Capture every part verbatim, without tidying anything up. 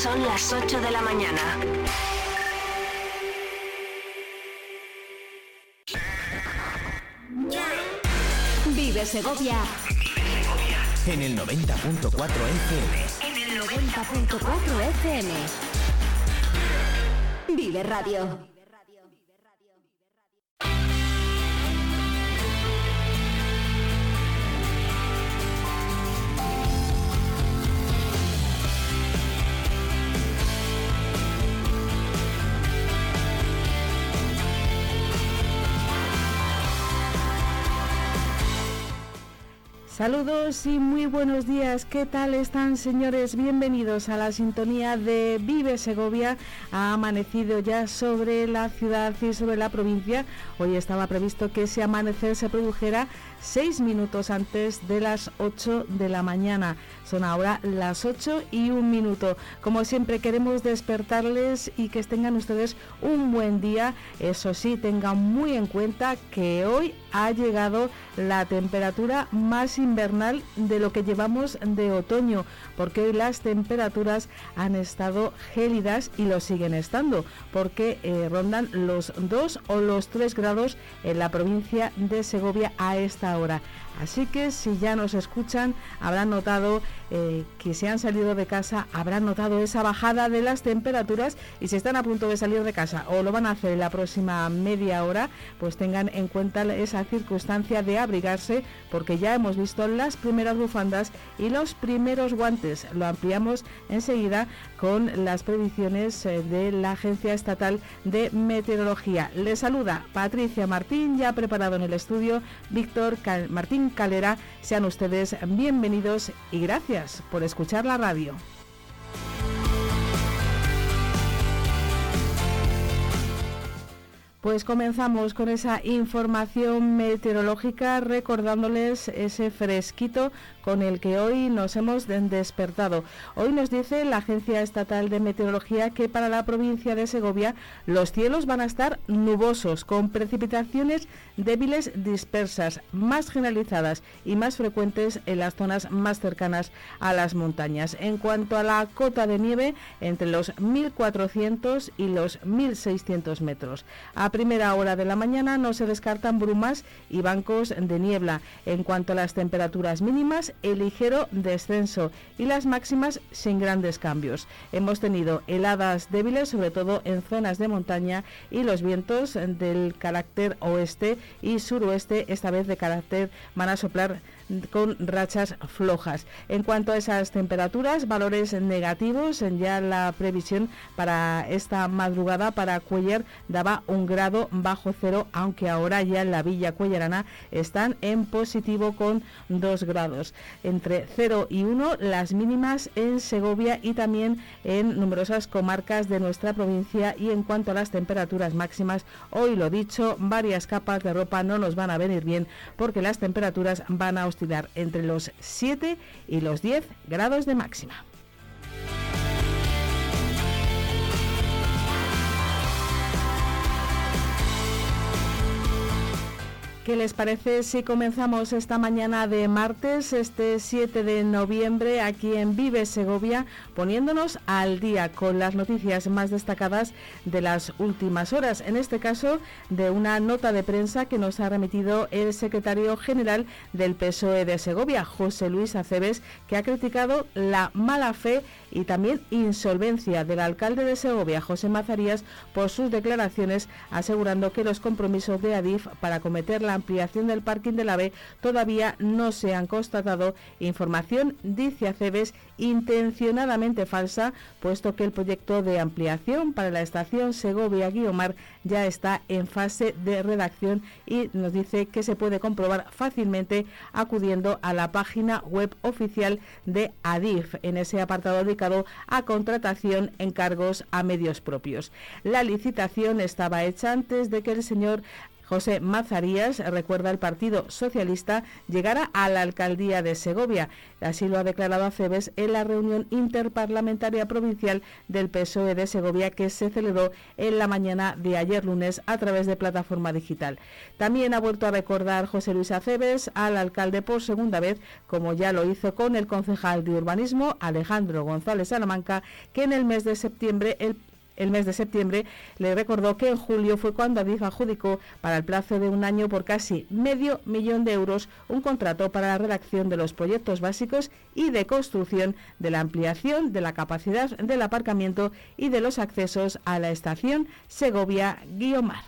Son las ocho de la mañana. Vive Segovia. En el noventa punto cuatro F M. En el noventa punto cuatro F M. Vive Radio. Saludos y muy buenos días. ¿Qué tal están, señores? Bienvenidos a la sintonía de Vive Segovia. Ha amanecido ya sobre la ciudad y sobre la provincia. Hoy estaba previsto que ese amanecer se produjera seis minutos antes de las ocho de la mañana. Son ahora las ocho y un minuto. Como siempre, queremos despertarles y que tengan ustedes un buen día. Eso sí, tengan muy en cuenta que hoy ha llegado la temperatura más invernal de lo que llevamos de otoño, porque hoy las temperaturas han estado gélidas y lo siguen estando, porque eh, rondan los dos o los tres grados en la provincia de Segovia a esta hora. Así que si ya nos escuchan, habrán notado eh, que si han salido de casa, habrán notado esa bajada de las temperaturas, y si están a punto de salir de casa o lo van a hacer en la próxima media hora, pues tengan en cuenta esa circunstancia de abrigarse, porque ya hemos visto las primeras bufandas y los primeros guantes. Lo ampliamos enseguida con las predicciones eh, de la Agencia Estatal de Meteorología. Les saluda Patricia Martín, ya preparado en el estudio Víctor Cal- Martín Calera. Sean ustedes bienvenidos y gracias por escuchar la radio. Pues comenzamos con esa información meteorológica, recordándoles ese fresquito con el que hoy nos hemos despertado. Hoy nos dice la Agencia Estatal de Meteorología que para la provincia de Segovia los cielos van a estar nubosos, con precipitaciones débiles dispersas, más generalizadas y más frecuentes en las zonas más cercanas a las montañas. En cuanto a la cota de nieve, entre los mil cuatrocientos y los mil seiscientos metros. A primera hora de la mañana no se descartan brumas y bancos de niebla. En cuanto a las temperaturas mínimas, el ligero descenso y las máximas sin grandes cambios. Hemos tenido heladas débiles, sobre todo en zonas de montaña, y los vientos del carácter oeste y suroeste, esta vez de carácter, van a soplar con rachas flojas. En cuanto a esas temperaturas, valores negativos, ya la previsión para esta madrugada para Cuéllar daba un grado bajo cero, aunque ahora ya en la Villa Cuellarana están en positivo con dos grados. Entre cero y uno las mínimas en Segovia y también en numerosas comarcas de nuestra provincia. Y en cuanto a las temperaturas máximas, hoy lo dicho, varias capas de ropa no nos van a venir bien, porque las temperaturas van a oscilar entre los siete y los diez grados de máxima. ¿Qué les parece si comenzamos esta mañana de martes, este siete de noviembre, aquí en Vive Segovia, poniéndonos al día con las noticias más destacadas de las últimas horas? En este caso, de una nota de prensa que nos ha remitido el secretario general del P S O E de Segovia, José Luis Acebes, que ha criticado la mala fe y también insolvencia del alcalde de Segovia, José Mazarías, por sus declaraciones, asegurando que los compromisos de Adif para acometer la ampliación del parking del AVE todavía no se han constatado. Información, dice Acebes, intencionadamente falsa, puesto que el proyecto de ampliación para la estación Segovia-Guiomar ya está en fase de redacción, y nos dice que se puede comprobar fácilmente acudiendo a la página web oficial de Adif, en ese apartado dedicado a contratación, encargos a medios propios. La licitación estaba hecha antes de que el señor José Mazarías recuerda el Partido Socialista llegará a la alcaldía de Segovia. Así lo ha declarado Acebes en la reunión interparlamentaria provincial del P S O E de Segovia que se celebró en la mañana de ayer lunes a través de plataforma digital. También ha vuelto a recordar José Luis Acebes al alcalde por segunda vez, como ya lo hizo con el concejal de urbanismo Alejandro González Salamanca, que en el mes de septiembre el El mes de septiembre le recordó que en julio fue cuando Adif adjudicó para el plazo de un año por casi medio millón de euros un contrato para la redacción de los proyectos básicos y de construcción de la ampliación de la capacidad del aparcamiento y de los accesos a la estación Segovia-Guiomar.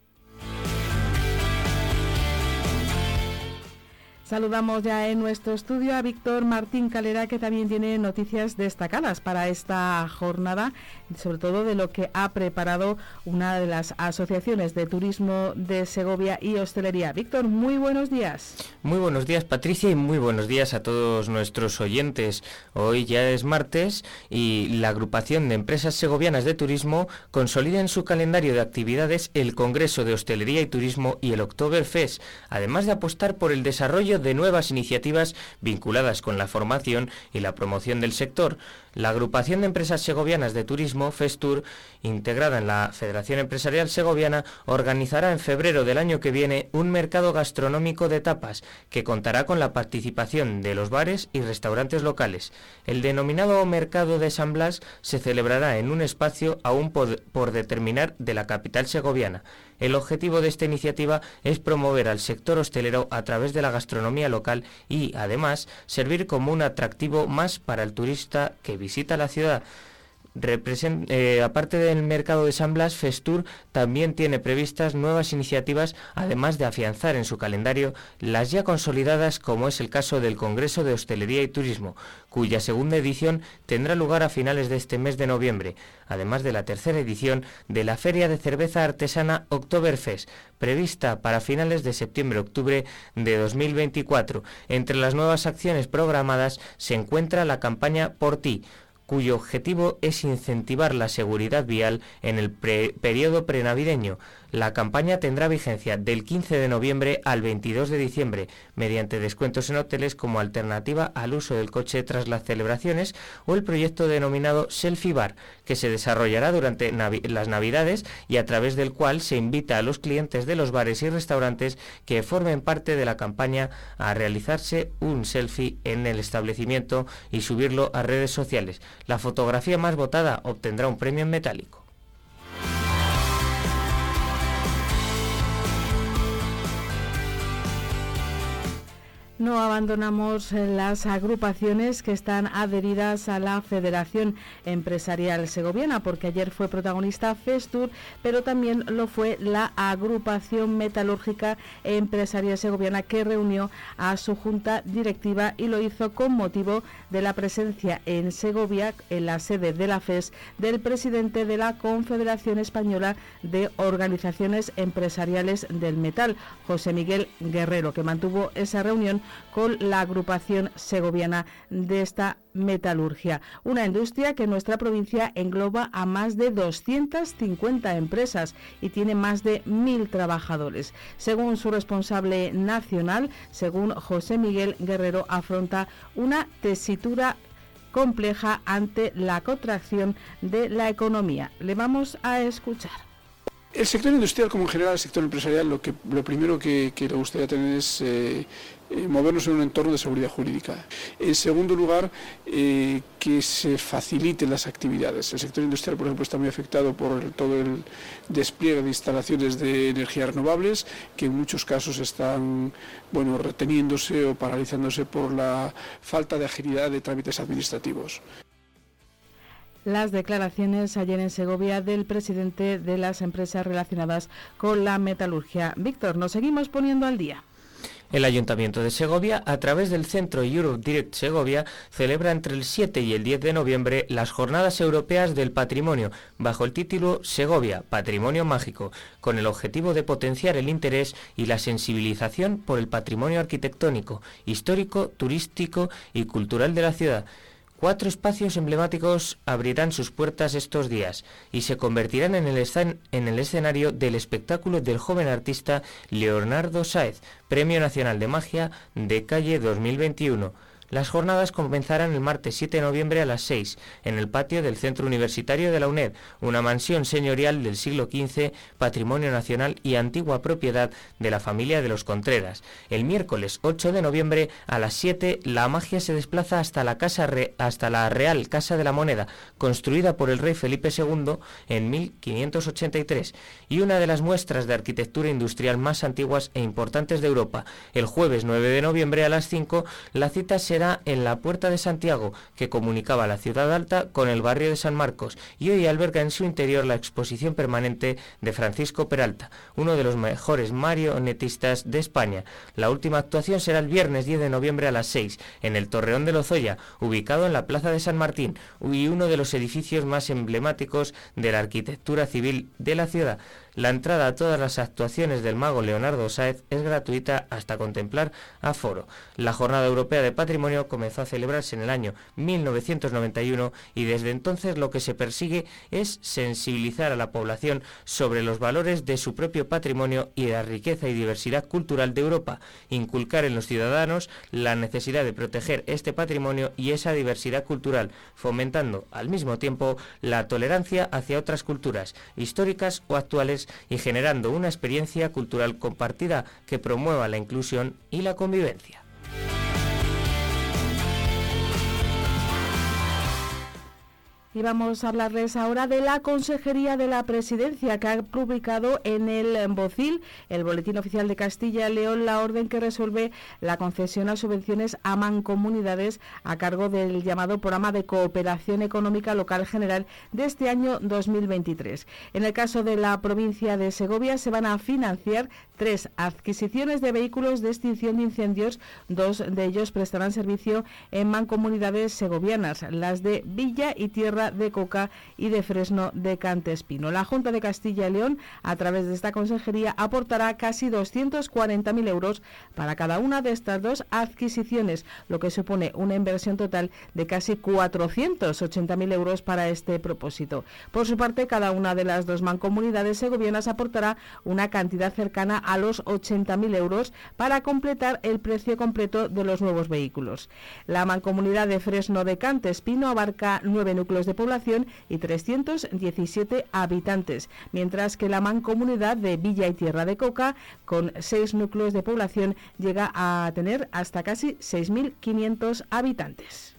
Saludamos ya en nuestro estudio a Víctor Martín Calera, que también tiene noticias destacadas para esta jornada, sobre todo de lo que ha preparado una de las asociaciones de turismo de Segovia y hostelería. Víctor, muy buenos días. Muy buenos días, Patricia, y muy buenos días a todos nuestros oyentes. Hoy ya es martes y la agrupación de empresas segovianas de turismo consolida en su calendario de actividades el Congreso de Hostelería y Turismo y el Oktoberfest, además de apostar por el desarrollo de nuevas iniciativas vinculadas con la formación y la promoción del sector. La agrupación de empresas segovianas de turismo, Festur, integrada en la Federación Empresarial Segoviana, organizará en febrero del año que viene un mercado gastronómico de tapas que contará con la participación de los bares y restaurantes locales. El denominado Mercado de San Blas se celebrará en un espacio aún por, por determinar de la capital segoviana. El objetivo de esta iniciativa es promover al sector hostelero a través de la gastronomía local y, además, servir como un atractivo más para el turista que visita la ciudad. Represent, eh, aparte del mercado de San Blas, Festur también tiene previstas nuevas iniciativas, además de afianzar en su calendario las ya consolidadas, como es el caso del Congreso de Hostelería y Turismo, cuya segunda edición tendrá lugar a finales de este mes de noviembre, además de la tercera edición de la Feria de Cerveza Artesana Oktoberfest, prevista para finales de septiembre-octubre de dos mil veinticuatro. Entre las nuevas acciones programadas se encuentra la campaña Por Ti, cuyo objetivo es incentivar la seguridad vial en el pre- periodo prenavideño. La campaña tendrá vigencia del quince de noviembre al veintidós de diciembre, mediante descuentos en hoteles como alternativa al uso del coche tras las celebraciones, o el proyecto denominado Selfie Bar, que se desarrollará durante navi- las Navidades y a través del cual se invita a los clientes de los bares y restaurantes que formen parte de la campaña a realizarse un selfie en el establecimiento y subirlo a redes sociales. La fotografía más votada obtendrá un premio en metálico. No abandonamos las agrupaciones que están adheridas a la Federación Empresarial Segoviana, porque ayer fue protagonista Festur, pero también lo fue la Agrupación Metalúrgica Empresarial Segoviana, que reunió a su junta directiva y lo hizo con motivo de la presencia en Segovia, en la sede de la F E S, del presidente de la Confederación Española de Organizaciones Empresariales del Metal, José Miguel Guerrero, que mantuvo esa reunión con la agrupación segoviana de esta metalurgia, una industria que en nuestra provincia engloba a más de doscientas cincuenta empresas y tiene más de mil trabajadores. Según su responsable nacional, según José Miguel Guerrero, afronta una tesitura compleja ante la contracción de la economía. Le vamos a escuchar. El sector industrial, como en general el sector empresarial, lo que lo primero que, que le gustaría tener es eh, eh, movernos en un entorno de seguridad jurídica. En segundo lugar, eh, que se faciliten las actividades. El sector industrial, por ejemplo, está muy afectado por el, todo el despliegue de instalaciones de energías renovables, que en muchos casos están, bueno, reteniéndose o paralizándose por la falta de agilidad de trámites administrativos. Las declaraciones ayer en Segovia del presidente de las empresas relacionadas con la metalurgia. Víctor, nos seguimos poniendo al día. El Ayuntamiento de Segovia, a través del Centro Europe Direct Segovia, celebra entre el siete y el diez de noviembre las Jornadas Europeas del Patrimonio, bajo el título Segovia, Patrimonio Mágico, con el objetivo de potenciar el interés y la sensibilización por el patrimonio arquitectónico, histórico, turístico y cultural de la ciudad. Cuatro espacios emblemáticos abrirán sus puertas estos días y se convertirán en el, escen- en el escenario del espectáculo del joven artista Leonardo Sáez, Premio Nacional de Magia de Calle dos mil veintiuno. Las jornadas comenzarán el martes siete de noviembre a las seis, en el patio del Centro Universitario de la UNED, una mansión señorial del siglo quince, patrimonio nacional y antigua propiedad de la familia de los Contreras. El miércoles ocho de noviembre a las siete, la magia se desplaza hasta la, casa Re- hasta la Real Casa de la Moneda, construida por el rey Felipe segundo en mil quinientos ochenta y tres, y una de las muestras de arquitectura industrial más antiguas e importantes de Europa. El jueves nueve de noviembre a las cinco, la cita será en la Puerta de Santiago, que comunicaba la Ciudad Alta con el barrio de San Marcos, y hoy alberga en su interior la exposición permanente de Francisco Peralta, uno de los mejores marionetistas de España. La última actuación será el viernes diez de noviembre a las seis, en el Torreón de Lozoya, ubicado en la Plaza de San Martín, y uno de los edificios más emblemáticos de la arquitectura civil de la ciudad. La entrada a todas las actuaciones del mago Leonardo Sáez es gratuita hasta contemplar aforo. La Jornada Europea de Patrimonio comenzó a celebrarse en el año mil novecientos noventa y uno y desde entonces lo que se persigue es sensibilizar a la población sobre los valores de su propio patrimonio y la riqueza y diversidad cultural de Europa, inculcar en los ciudadanos la necesidad de proteger este patrimonio y esa diversidad cultural, fomentando al mismo tiempo la tolerancia hacia otras culturas, históricas o actuales, y generando una experiencia cultural compartida que promueva la inclusión y la convivencia. Y vamos a hablarles ahora de la Consejería de la Presidencia, que ha publicado en el Bocil, el Boletín Oficial de Castilla y León, la orden que resuelve la concesión a subvenciones a mancomunidades a cargo del llamado Programa de Cooperación Económica Local General de este año dos mil veintitrés. En el caso de la provincia de Segovia se van a financiar tres adquisiciones de vehículos de extinción de incendios. Dos de ellos prestarán servicio en mancomunidades segovianas, las de Villa y Tierra de Coca y de Fresno de Cantespino. La Junta de Castilla y León, a través de esta consejería, aportará casi doscientos cuarenta mil euros para cada una de estas dos adquisiciones, lo que supone una inversión total de casi cuatrocientos ochenta mil euros para este propósito. Por su parte, cada una de las dos mancomunidades segovianas aportará una cantidad cercana a los ochenta mil euros para completar el precio completo de los nuevos vehículos. La mancomunidad de Fresno de Cantespino abarca nueve núcleos de población y trescientos diecisiete habitantes, mientras que la mancomunidad de Villa y Tierra de Coca, con seis núcleos de población, llega a tener hasta casi seis mil quinientos habitantes.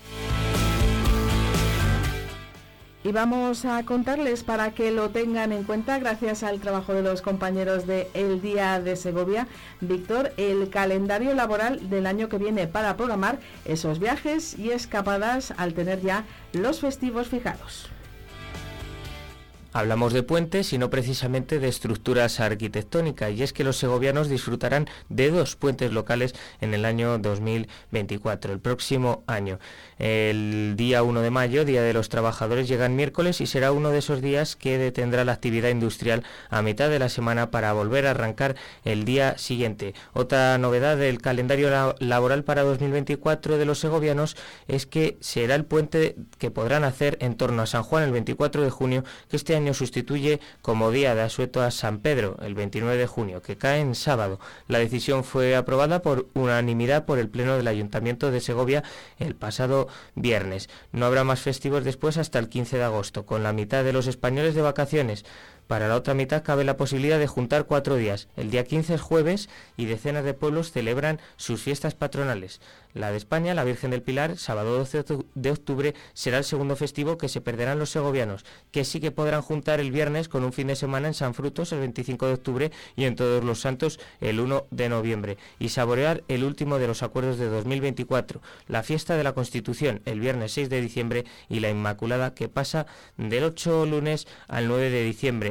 Y vamos a contarles, para que lo tengan en cuenta, gracias al trabajo de los compañeros de El Día de Segovia, Víctor, el calendario laboral del año que viene para programar esos viajes y escapadas al tener ya los festivos fijados. Hablamos de puentes y no precisamente de estructuras arquitectónicas, y es que los segovianos disfrutarán de dos puentes locales en el año dos mil veinticuatro, el próximo año. El día uno de mayo, Día de los Trabajadores, llega el miércoles y será uno de esos días que detendrá la actividad industrial a mitad de la semana para volver a arrancar el día siguiente. Otra novedad del calendario la- laboral para dos mil veinticuatro de los segovianos es que será el puente que podrán hacer en torno a San Juan el veinticuatro de junio, que este año sustituye como día de asueto a San Pedro, el veintinueve de junio, que cae en sábado. La decisión fue aprobada por unanimidad por el Pleno del Ayuntamiento de Segovia el pasado viernes. No habrá más festivos después hasta el quince de agosto, con la mitad de los españoles de vacaciones. Para la otra mitad cabe la posibilidad de juntar cuatro días. El día quince es jueves y decenas de pueblos celebran sus fiestas patronales. La de España, la Virgen del Pilar, sábado doce de octubre, será el segundo festivo que se perderán los segovianos, que sí que podrán juntar el viernes con un fin de semana en San Frutos el veinticinco de octubre y en Todos los Santos el uno de noviembre, y saborear el último de los acuerdos de dos mil veinticuatro, la fiesta de la Constitución el viernes seis de diciembre y la Inmaculada, que pasa del ocho lunes al nueve de diciembre.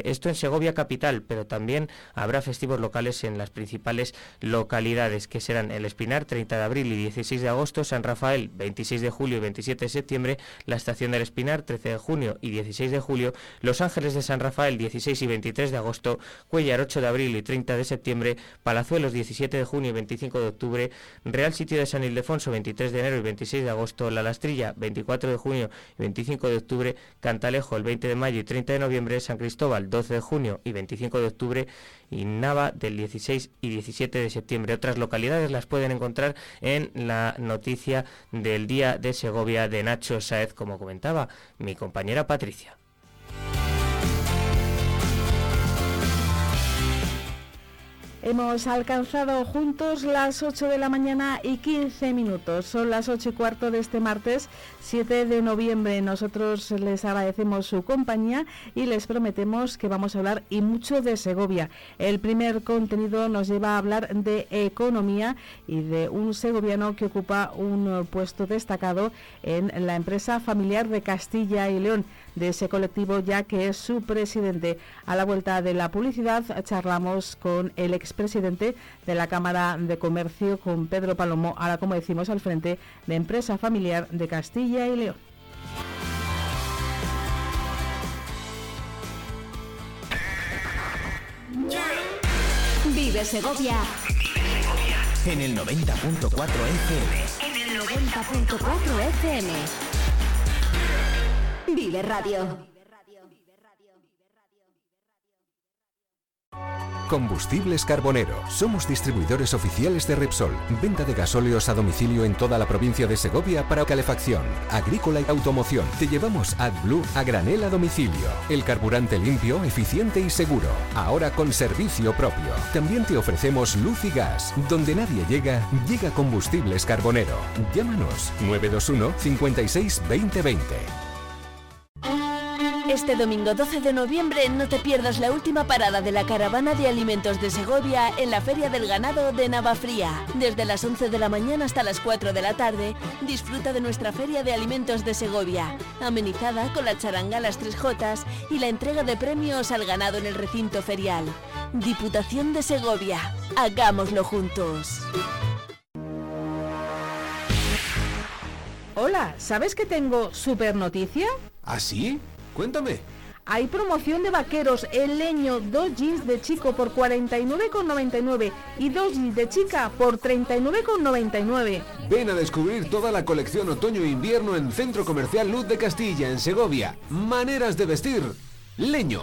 esto en Segovia capital, pero también habrá festivos locales en las principales localidades, que serán El Espinar, treinta de abril y dieciséis de agosto, San Rafael, veintiséis de julio y veintisiete de septiembre, la Estación del Espinar, trece de junio y dieciséis de julio, Los Ángeles de San Rafael, dieciséis y veintitrés de agosto, Cuéllar, ocho de abril y treinta de septiembre, Palazuelos, diecisiete de junio y veinticinco de octubre, Real Sitio de San Ildefonso, veintitrés de enero y veintiséis de agosto, La Lastrilla, veinticuatro de junio y veinticinco de octubre, Cantalejo, el veinte de mayo y treinta de noviembre, San Cristóbal, doce de junio y veinticinco de octubre, y Nava del dieciséis y diecisiete de septiembre. Otras localidades las pueden encontrar en la noticia del Día de Segovia de Nacho Sáez, como comentaba mi compañera Patricia. Hemos alcanzado juntos las ocho de la mañana y quince minutos. Son las ocho y cuarto de este martes, siete de noviembre. Nosotros les agradecemos su compañía y les prometemos que vamos a hablar y mucho de Segovia. El primer contenido nos lleva a hablar de economía y de un segoviano que ocupa un puesto destacado en la empresa familiar de Castilla y León, de ese colectivo, ya que es su presidente. A la vuelta de la publicidad charlamos con el expresidente de la Cámara de Comercio, con Pedro Palomo, ahora como decimos al frente de Empresa Familiar de Castilla y León. Vive Segovia. En el noventa punto cuatro F M. En el noventa punto cuatro F M. Vive Radio. Combustibles Carbonero. Somos distribuidores oficiales de Repsol. Venta de gasóleos a domicilio en toda la provincia de Segovia para calefacción, agrícola y automoción. Te llevamos AdBlue a granel a domicilio. El carburante limpio, eficiente y seguro. Ahora con servicio propio. También te ofrecemos luz y gas. Donde nadie llega, llega Combustibles Carbonero. Llámanos nueve dos uno, cincuenta y seis, veinte veinte. Este domingo doce de noviembre no te pierdas la última parada de la caravana de alimentos de Segovia en la Feria del Ganado de Navafría. Desde las once de la mañana hasta las cuatro de la tarde, disfruta de nuestra Feria de Alimentos de Segovia, amenizada con la charanga Las Tres Jotas y la entrega de premios al ganado en el recinto ferial. Diputación de Segovia, hagámoslo juntos. Hola, ¿sabes que tengo super noticia? ¿Ah, sí? Cuéntame. Hay promoción de vaqueros, el leño, dos jeans de chico por cuarenta y nueve con noventa y nueve y dos jeans de chica por treinta y nueve con noventa y nueve. Ven a descubrir toda la colección otoño e invierno en Centro Comercial Luz de Castilla, en Segovia. Maneras de vestir. Leño.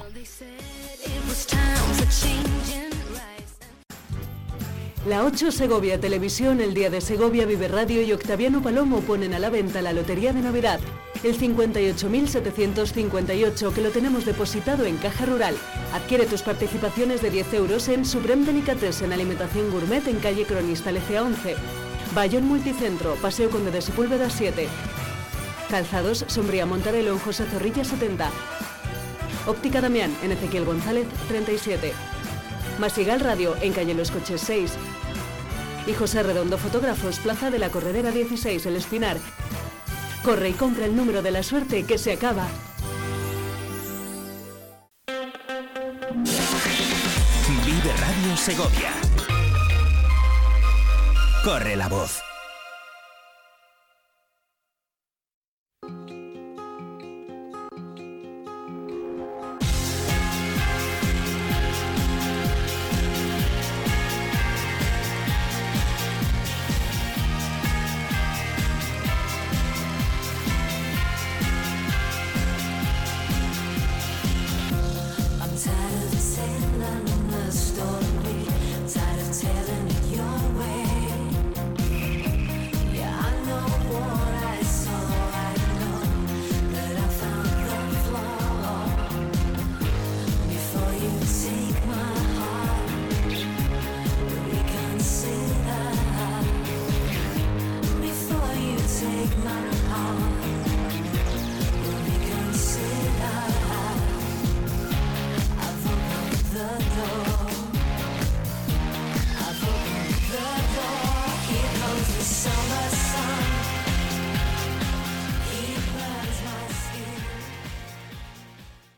La ocho Segovia Televisión, el Día de Segovia, Vive Radio y Octaviano Palomo ponen a la venta la Lotería de Navidad. El cincuenta y ocho mil setecientos cincuenta y ocho, que lo tenemos depositado en Caja Rural. Adquiere tus participaciones de diez euros en Supreme Delicatessen Alimentación Gourmet en calle Cronista Lecea once. Bayón Multicentro, Paseo Conde de Sepúlveda siete. Calzados Sombría Montarelo en José Zorrilla setenta. Óptica Damián en Ezequiel González treinta y siete. Masigal Radio en calle Los Coches seis. Y José Redondo Fotógrafos, Plaza de la Corredera dieciséis, El Espinar. Corre y compra el número de la suerte que se acaba. Vive Radio Segovia. Corre la voz.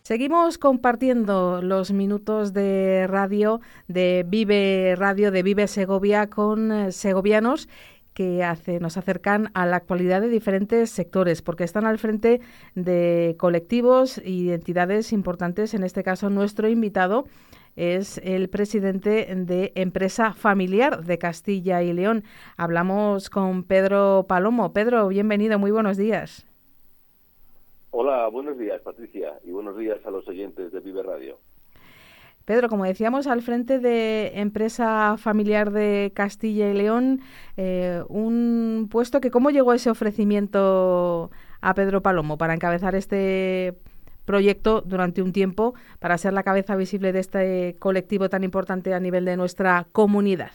Seguimos compartiendo los minutos de radio, de Vive Radio, de Vive Segovia, con eh, segovianos que hace, nos acercan a la actualidad de diferentes sectores, porque están al frente de colectivos y entidades importantes. En este caso, nuestro invitado es el presidente de Empresa Familiar de Castilla y León. Hablamos con Pedro Palomo. Pedro, bienvenido, muy buenos días. Hola, buenos días, Patricia, y buenos días a los oyentes de Vive Radio. Pedro, como decíamos, al frente de Empresa Familiar de Castilla y León, eh, un puesto que, ¿cómo llegó ese ofrecimiento a Pedro Palomo para encabezar este proyecto durante un tiempo, para ser la cabeza visible de este colectivo tan importante a nivel de nuestra comunidad?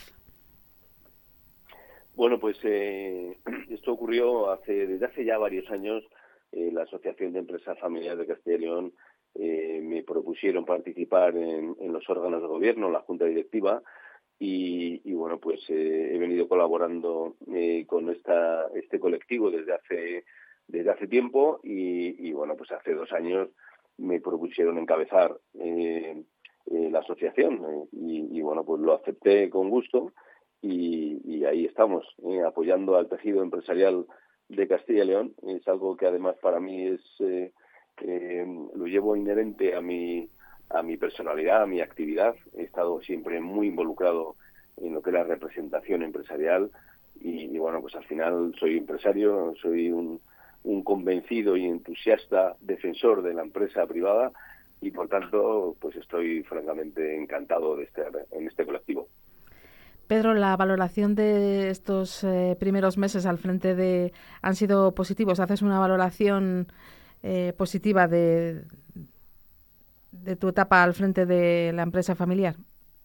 Bueno, pues eh, esto ocurrió hace desde hace ya varios años. Eh, la Asociación de Empresas Familiares de Castilla y León eh, me propusieron participar en, en los órganos de gobierno, la Junta Directiva, y, y bueno, pues eh, he venido colaborando eh, con esta este colectivo desde hace desde hace tiempo y, y bueno, pues hace dos años me propusieron encabezar eh, eh, la asociación eh, y, y bueno, pues lo acepté con gusto y, y ahí estamos, eh, apoyando al tejido empresarial de Castilla y León. Es algo que además para mí es eh, eh, lo llevo inherente a mi a mi personalidad, a mi actividad. He estado siempre muy involucrado en lo que es la representación empresarial y, y bueno, pues al final soy empresario, soy un, un convencido y entusiasta defensor de la empresa privada y por tanto pues estoy francamente encantado de estar en este colectivo. Pedro, la valoración de estos eh, primeros meses al frente de han sido positivos. ¿Haces una valoración eh, positiva de, de tu etapa al frente de la empresa familiar?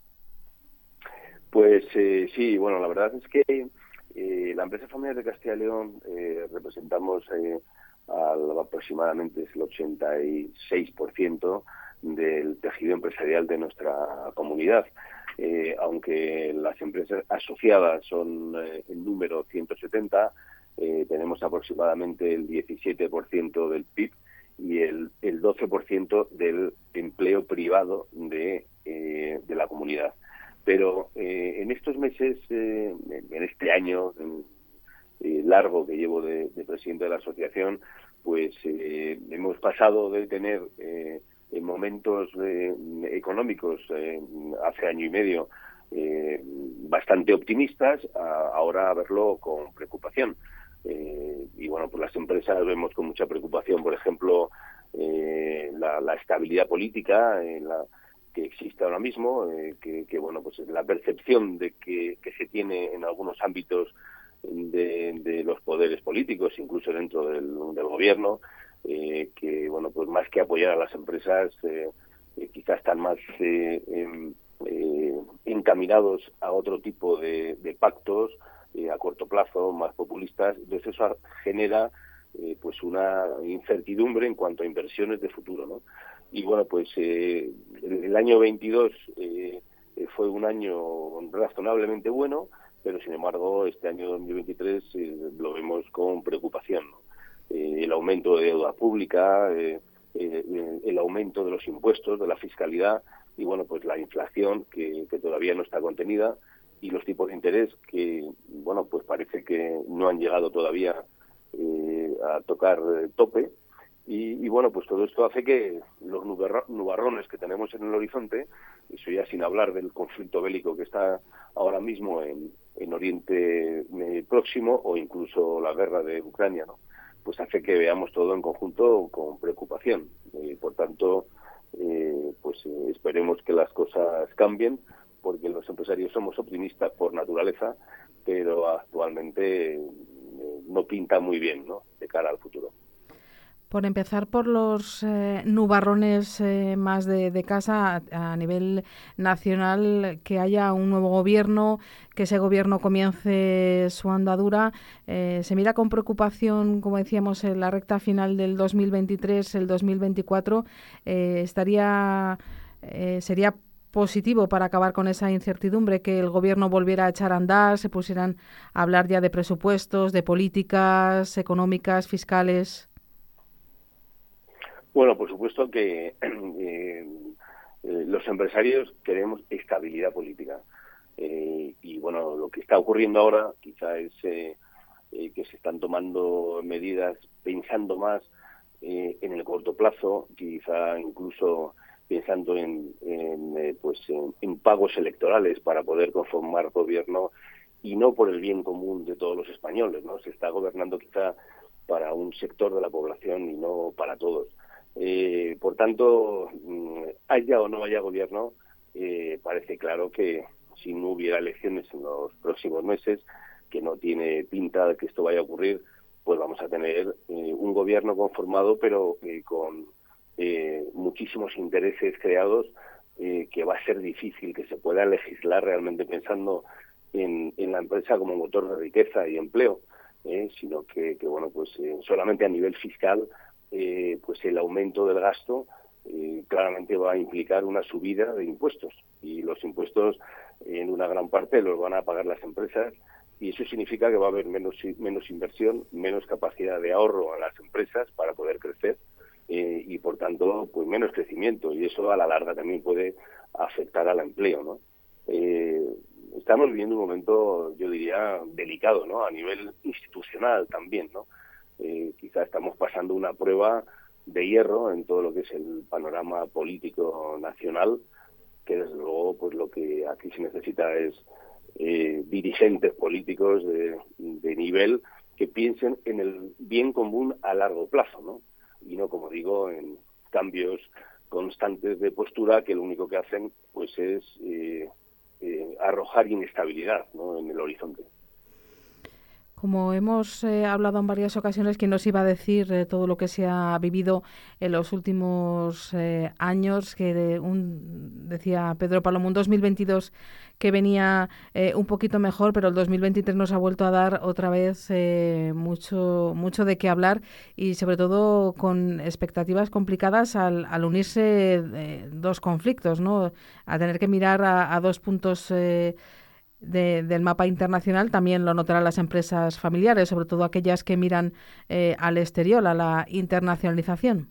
Pues eh, sí, bueno, la verdad es que eh, la empresa familiar de Castilla y León eh, representamos eh, al, aproximadamente el ochenta y seis por ciento del tejido empresarial de nuestra comunidad. Eh, aunque las empresas asociadas son eh, el número ciento setenta, eh, tenemos aproximadamente el diecisiete por ciento del P I B y el, el doce por ciento del empleo privado de, eh, de la comunidad. Pero eh, en estos meses, eh, en este año eh, largo que llevo de, de presidente de la asociación, pues eh, hemos pasado de tener eh, en momentos eh, económicos eh, hace año y medio eh, bastante optimistas a ahora a verlo con preocupación. Eh, y bueno, pues las empresas vemos con mucha preocupación, por ejemplo, eh, la, la estabilidad política eh, la, que existe ahora mismo, eh, que, que bueno, pues la percepción de que, que se tiene en algunos ámbitos de, de los poderes políticos, incluso dentro del, del gobierno, Eh, que bueno, pues más que apoyar a las empresas eh, eh, quizás están más eh, eh, encaminados a otro tipo de, de pactos eh, a corto plazo, más populistas. Entonces eso genera eh, pues una incertidumbre en cuanto a inversiones de futuro, ¿no? Y bueno, pues eh, el, el año veintidós eh, fue un año razonablemente bueno, pero sin embargo este año dos mil veintitrés eh, lo vemos con preocupación, ¿no? Eh, el aumento de deuda pública, eh, eh, el aumento de los impuestos, de la fiscalidad y bueno, pues la inflación que, que todavía no está contenida y los tipos de interés que bueno, pues parece que no han llegado todavía eh, a tocar eh, tope y, y bueno, pues todo esto hace que los nubarrones que tenemos en el horizonte, eso ya sin hablar del conflicto bélico que está ahora mismo en, en Oriente eh, Próximo o incluso la guerra de Ucrania, ¿no? Pues hace que veamos todo en conjunto con preocupación. Eh, por tanto, eh, pues eh, esperemos que las cosas cambien, porque los empresarios somos optimistas por naturaleza, pero actualmente eh, no pinta muy bien, ¿no?, de cara al futuro. Por empezar por los eh, nubarrones eh, más de, de casa a, a nivel nacional, que haya un nuevo gobierno, que ese gobierno comience su andadura. Eh, se mira con preocupación, como decíamos, en la recta final del dos mil veintitrés, el dos mil veinticuatro. Eh, estaría, eh, sería positivo para acabar con esa incertidumbre que el gobierno volviera a echar a andar, se pusieran a hablar ya de presupuestos, de políticas económicas, fiscales. Bueno, por supuesto que eh, eh, los empresarios queremos estabilidad política. Eh, y bueno, lo que está ocurriendo ahora quizá es eh, eh, que se están tomando medidas pensando más eh, en el corto plazo, quizá incluso pensando en, en eh, pues en, en pagos electorales para poder conformar gobierno y no por el bien común de todos los españoles, ¿no? Se está gobernando quizá para un sector de la población y no para todos. Eh, por tanto, haya o no haya gobierno, eh, parece claro que si no hubiera elecciones en los próximos meses, que no tiene pinta de que esto vaya a ocurrir, pues vamos a tener eh, un gobierno conformado, pero eh, con eh, muchísimos intereses creados, eh, que va a ser difícil que se pueda legislar realmente pensando en, en la empresa como motor de riqueza y empleo, eh, sino que, que bueno, pues eh, solamente a nivel fiscal, eh, pues el aumento del gasto eh, claramente va a implicar una subida de impuestos, y los impuestos en una gran parte los van a pagar las empresas, y eso significa que va a haber menos menos inversión, menos capacidad de ahorro a las empresas para poder crecer, eh, y por tanto pues menos crecimiento, y eso a la larga también puede afectar al empleo, ¿no? Eh, estamos viviendo un momento, yo diría, delicado, ¿no? A nivel institucional también, ¿no? Eh, quizá estamos pasando una prueba de hierro en todo lo que es el panorama político nacional, que desde luego pues lo que aquí se necesita es eh, dirigentes políticos de, de nivel que piensen en el bien común a largo plazo, ¿no? Y no, como digo, en cambios constantes de postura que lo único que hacen pues es eh, eh, arrojar inestabilidad, ¿no?, en el horizonte. Como hemos eh, hablado en varias ocasiones, ¿quién nos iba a decir eh, todo lo que se ha vivido en los últimos eh, años? Que de un, decía Pedro Palomo, un dos mil veintidós que venía eh, un poquito mejor, pero el dos mil veintitrés nos ha vuelto a dar otra vez eh, mucho mucho de qué hablar, y sobre todo con expectativas complicadas al, al unirse eh, dos conflictos, ¿no? A tener que mirar a, a dos puntos eh, De, del mapa internacional. También lo notarán las empresas familiares, sobre todo aquellas que miran eh, al exterior, a la internacionalización.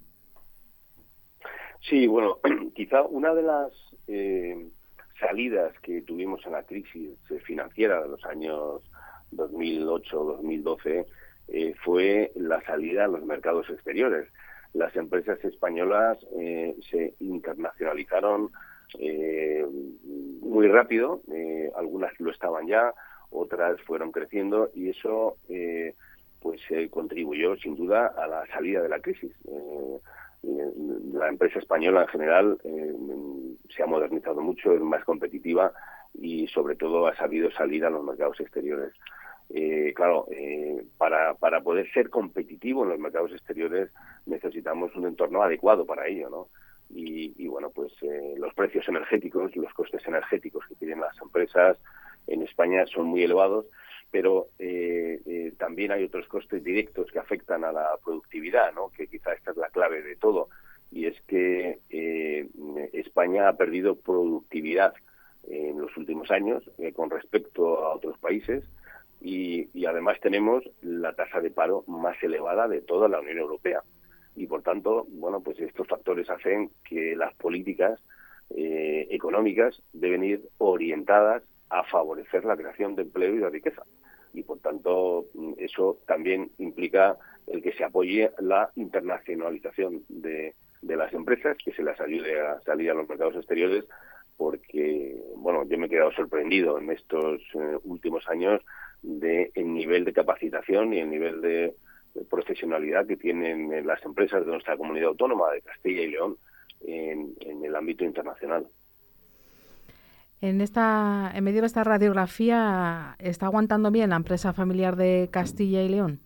Sí, bueno, quizá una de las eh, salidas que tuvimos en la crisis financiera de los años dos mil ocho dos mil doce eh, fue la salida a los mercados exteriores. Las empresas españolas eh, se internacionalizaron Eh, muy rápido, eh, algunas lo estaban ya, otras fueron creciendo, y eso eh, pues eh, contribuyó sin duda a la salida de la crisis. Eh, eh, la empresa española en general eh, se ha modernizado mucho, es más competitiva y sobre todo ha sabido salir a los mercados exteriores. Eh, claro, eh, para, para poder ser competitivo en los mercados exteriores necesitamos un entorno adecuado para ello, ¿no? Y, y bueno, pues eh, los precios energéticos, los costes energéticos que tienen las empresas en España son muy elevados, pero eh, eh, también hay otros costes directos que afectan a la productividad, ¿no? Que quizá esta es la clave de todo, y es que eh, España ha perdido productividad en los últimos años eh, con respecto a otros países, y, y además tenemos la tasa de paro más elevada de toda la Unión Europea. Y por tanto, bueno, pues estos factores hacen que las políticas eh, económicas deben ir orientadas a favorecer la creación de empleo y de riqueza. Y por tanto, eso también implica el que se apoye la internacionalización de, de las empresas, que se las ayude a salir a los mercados exteriores, porque, bueno, yo me he quedado sorprendido en estos eh, últimos años de el nivel de capacitación y el nivel de profesionalidad que tienen las empresas de nuestra comunidad autónoma de Castilla y León en, en el ámbito internacional. En esta, en medio de esta radiografía, ¿está aguantando bien la empresa familiar de Castilla y León?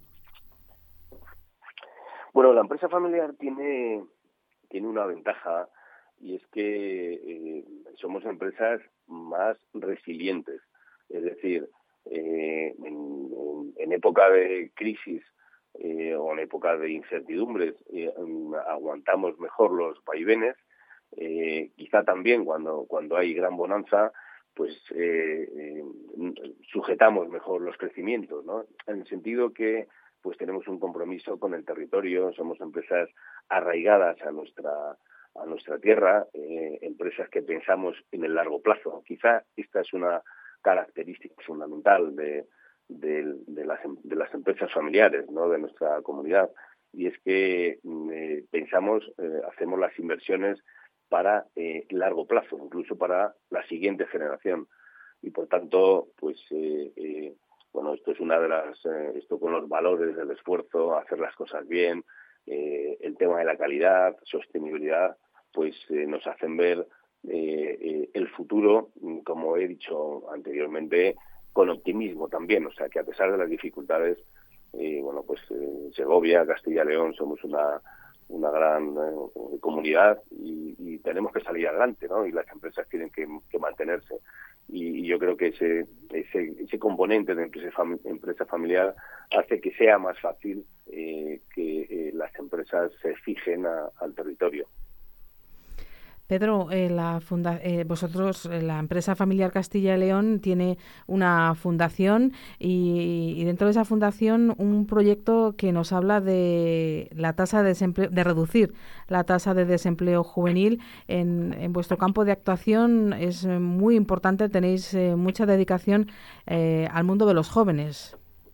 Bueno, la empresa familiar tiene, tiene una ventaja, y es que eh, somos empresas más resilientes. Es decir, eh, en, en, en época de crisis Eh, o en época de incertidumbres eh, aguantamos mejor los vaivenes, eh, quizá también cuando cuando hay gran bonanza pues eh, eh, sujetamos mejor los crecimientos, ¿no? En el sentido que pues tenemos un compromiso con el territorio, somos empresas arraigadas a nuestra a nuestra tierra, eh, empresas que pensamos en el largo plazo. Quizá esta es una característica fundamental de, de, de, las, de las empresas familiares, ¿no?, de nuestra comunidad, y es que eh, pensamos, eh, hacemos las inversiones para eh, largo plazo, incluso para la siguiente generación, y por tanto, pues eh, eh, bueno, esto es una de las, eh, esto con los valores del esfuerzo, hacer las cosas bien, eh, el tema de la calidad, sostenibilidad, pues eh, nos hacen ver eh, eh, el futuro, como he dicho anteriormente, con optimismo también. O sea, que a pesar de las dificultades, eh, bueno, pues eh, Segovia, Castilla y León, somos una una gran eh, comunidad y, y tenemos que salir adelante, ¿no? Y las empresas tienen que, que mantenerse. Y, y yo creo que ese ese, ese componente de empresa, fam, empresa familiar hace que sea más fácil eh, que eh, las empresas se fijen a, al territorio. Pedro, eh, la funda eh, vosotros, eh, la empresa familiar Castilla y León, tiene una fundación y, y dentro de esa fundación un proyecto que nos habla de la tasa de desempleo, de reducir la tasa de desempleo juvenil. En, en vuestro campo de actuación es muy importante, tenéis eh, mucha dedicación eh, al mundo de los jóvenes.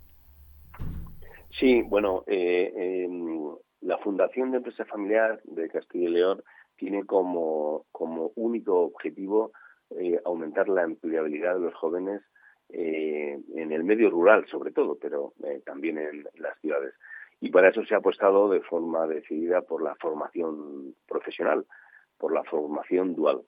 Sí, bueno, eh, eh, la Fundación de Empresa Familiar de Castilla y León tiene como, como único objetivo eh, aumentar la empleabilidad de los jóvenes eh, en el medio rural, sobre todo, pero eh, también en, en las ciudades. Y para eso se ha apostado de forma decidida por la formación profesional, por la formación dual.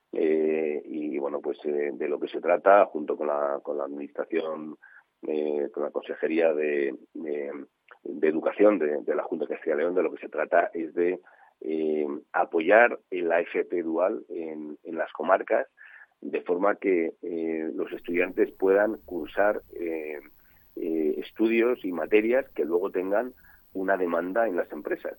Eh, y bueno, pues eh, de lo que se trata, junto con la, con la administración, eh, con la Consejería de, de, de Educación de, de la Junta de Castilla y León, de lo que se trata es de Eh, apoyar la F P dual en, en las comarcas, de forma que eh, los estudiantes puedan cursar eh, eh, estudios y materias que luego tengan una demanda en las empresas.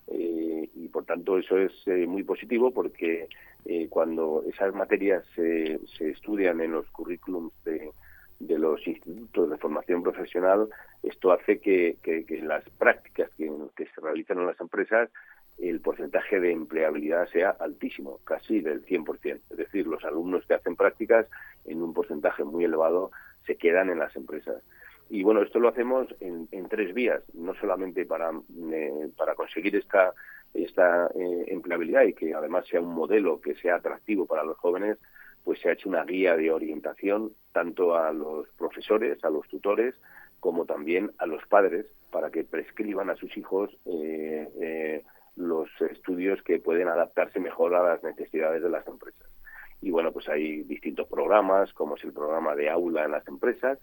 Eh, y por tanto eso es eh, muy positivo porque eh, cuando esas materias se, se estudian en los currículums de, de los institutos de formación profesional, esto hace que, que, que las prácticas que, que se realizan en las empresas el porcentaje de empleabilidad sea altísimo, casi del cien por ciento. Es decir, los alumnos que hacen prácticas en un porcentaje muy elevado se quedan en las empresas. Y bueno, esto lo hacemos en, en tres vías, no solamente para, eh, para conseguir esta, esta eh, empleabilidad y que además sea un modelo que sea atractivo para los jóvenes, pues se ha hecho una guía de orientación tanto a los profesores, a los tutores, como también a los padres, para que prescriban a sus hijos eh, eh, los estudios que pueden adaptarse mejor a las necesidades de las empresas. Y bueno, pues hay distintos programas, como es el programa de aula en las empresas,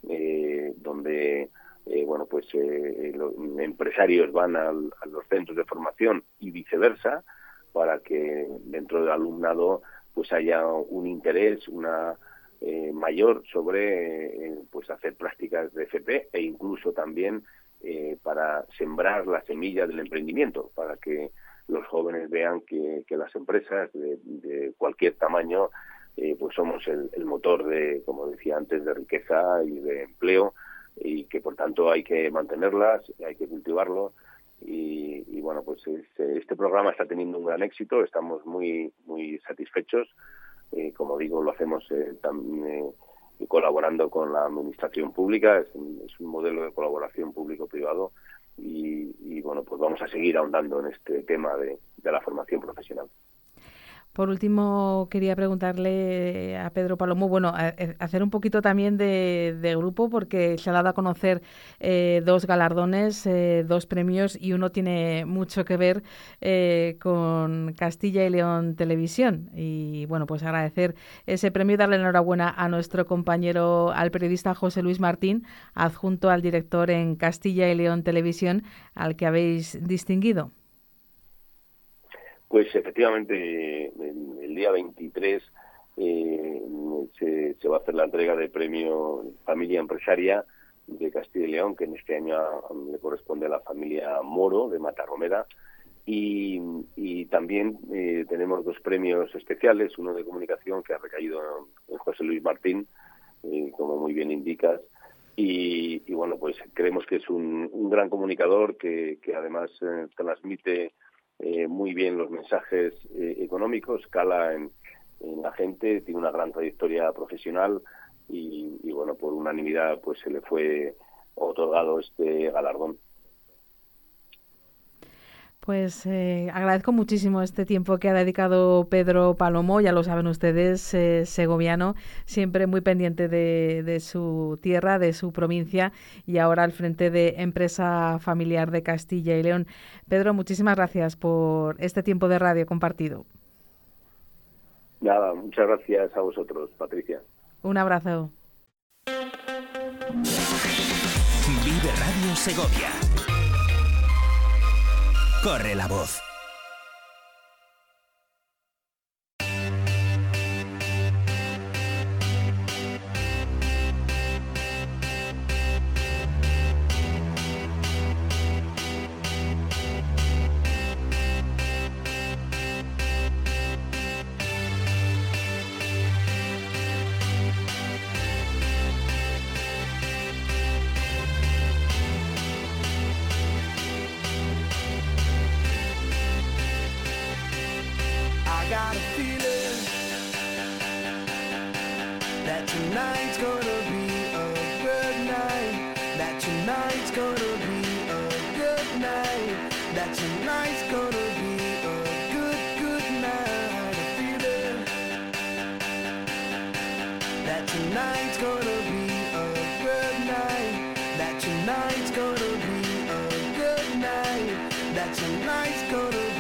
eh, donde eh, bueno, pues eh, los empresarios van al, a los centros de formación y viceversa, para que dentro del alumnado pues haya un interés, una eh, mayor sobre eh, pues hacer prácticas de F P e incluso también Eh, para sembrar la semilla del emprendimiento, para que los jóvenes vean que, que las empresas de, de cualquier tamaño eh, pues somos el, el motor de, como decía antes, de riqueza y de empleo, y que por tanto hay que mantenerlas, hay que cultivarlo. Y, y bueno, pues este, este programa está teniendo un gran éxito, estamos muy muy satisfechos. Eh, como digo, lo hacemos eh, también eh, colaborando con la administración pública, es un, es un modelo de colaboración público-privado y, y bueno, pues vamos a seguir ahondando en este tema de, de la formación profesional. Por último, quería preguntarle a Pedro Palomo, bueno, a, a hacer un poquito también de, de grupo, porque se ha dado a conocer eh, dos galardones, eh, dos premios, y uno tiene mucho que ver eh, con Castilla y León Televisión. Y bueno, pues agradecer ese premio y darle la enhorabuena a nuestro compañero, al periodista José Luis Martín, adjunto al director en Castilla y León Televisión, al que habéis distinguido. Pues efectivamente, el día veintitrés eh, se, se va a hacer la entrega del premio Familia Empresaria de Castilla y León, que en este año le corresponde a la familia Moro de Matarromera. Y, y también eh, tenemos dos premios especiales, uno de comunicación que ha recaído en José Luis Martín, eh, como muy bien indicas, y, y bueno, pues creemos que es un, un gran comunicador que, que además eh, transmite eh, muy bien los mensajes eh, económicos, cala en, en la gente, tiene una gran trayectoria profesional y, y bueno, por unanimidad pues se le fue otorgado este galardón. Pues eh, agradezco muchísimo este tiempo que ha dedicado Pedro Palomo, ya lo saben ustedes, eh, segoviano, siempre muy pendiente de, de su tierra, de su provincia y ahora al frente de Empresa Familiar de Castilla y León. Pedro, muchísimas gracias por este tiempo de radio compartido. Nada, muchas gracias a vosotros, Patricia. Un abrazo. Vive Radio Segovia. Corre la voz. got a feeling that tonight's gonna be a good night, that tonight's gonna be a good night, that tonight's gonna be a good, good night. A feeling that tonight's gonna be a good night, that tonight's gonna be a good night, that tonight's gonna be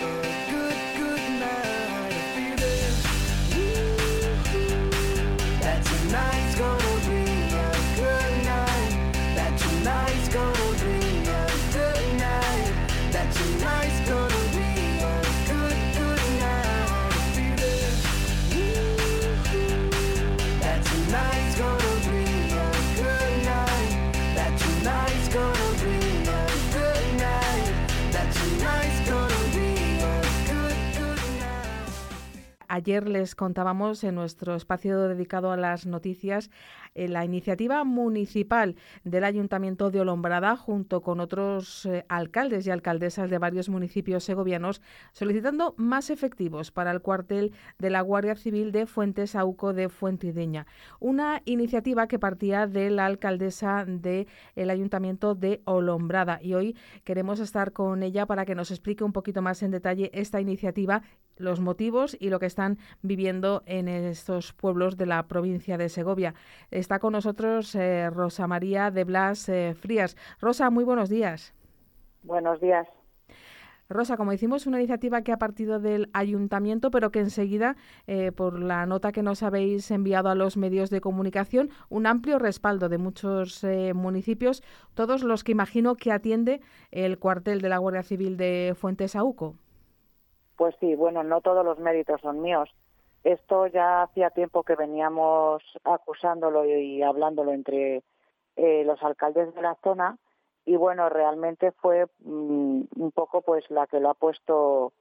Ayer les contábamos en nuestro espacio dedicado a las noticias eh, la iniciativa municipal del Ayuntamiento de Olombrada junto con otros eh, alcaldes y alcaldesas de varios municipios segovianos solicitando más efectivos para el cuartel de la Guardia Civil de Fuentesauco de Fuentideña. Una iniciativa que partía de la alcaldesa del Ayuntamiento de Olombrada y hoy queremos estar con ella para que nos explique un poquito más en detalle esta iniciativa, los motivos y lo que están viviendo en estos pueblos de la provincia de Segovia. Está con nosotros eh, Rosa María de Blas eh, Frías. Rosa, muy buenos días. Buenos días. Rosa, como decimos, una iniciativa que ha partido del ayuntamiento, pero que enseguida, eh, por la nota que nos habéis enviado a los medios de comunicación, un amplio respaldo de muchos eh, municipios, todos los que imagino que atiende el cuartel de la Guardia Civil de Fuentesauco. Pues sí, bueno, no todos los méritos son míos. Esto ya hacía tiempo que veníamos acusándolo y hablándolo entre eh, los alcaldes de la zona y bueno, realmente fue mmm, un poco pues la que lo ha puesto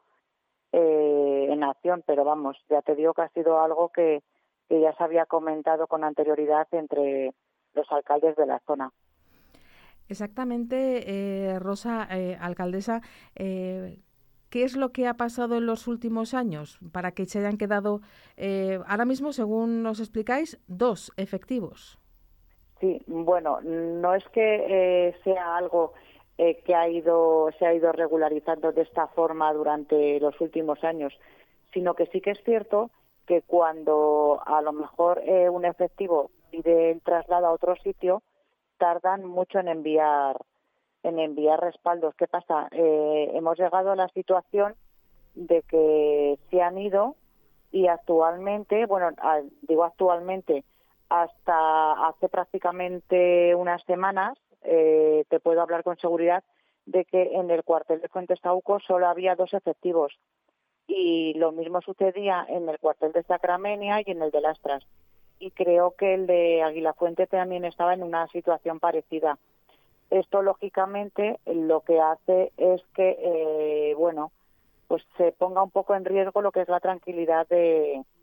eh, en acción, pero vamos, ya te digo que ha sido algo que, que ya se había comentado con anterioridad entre los alcaldes de la zona. Exactamente, eh, Rosa, eh, alcaldesa, eh, ¿qué es lo que ha pasado en los últimos años para que se hayan quedado, eh, ahora mismo, según nos explicáis, dos efectivos? Sí, bueno, no es que eh, sea algo eh, que ha ido se ha ido regularizando de esta forma durante los últimos años, sino que sí que es cierto que cuando a lo mejor eh, un efectivo pide el traslado a otro sitio, tardan mucho en enviar en enviar respaldos. ¿Qué pasa? Eh, hemos llegado a la situación de que se han ido y actualmente, bueno, a, digo actualmente, hasta hace prácticamente unas semanas, eh, te puedo hablar con seguridad de que en el cuartel de Fuentesauco solo había dos efectivos y lo mismo sucedía en el cuartel de Sacramenia y en el de Lastras. Y creo que el de Aguilafuente también estaba en una situación parecida. Esto, lógicamente, lo que hace es que, eh, bueno, pues se ponga un poco en riesgo lo que es la tranquilidad de,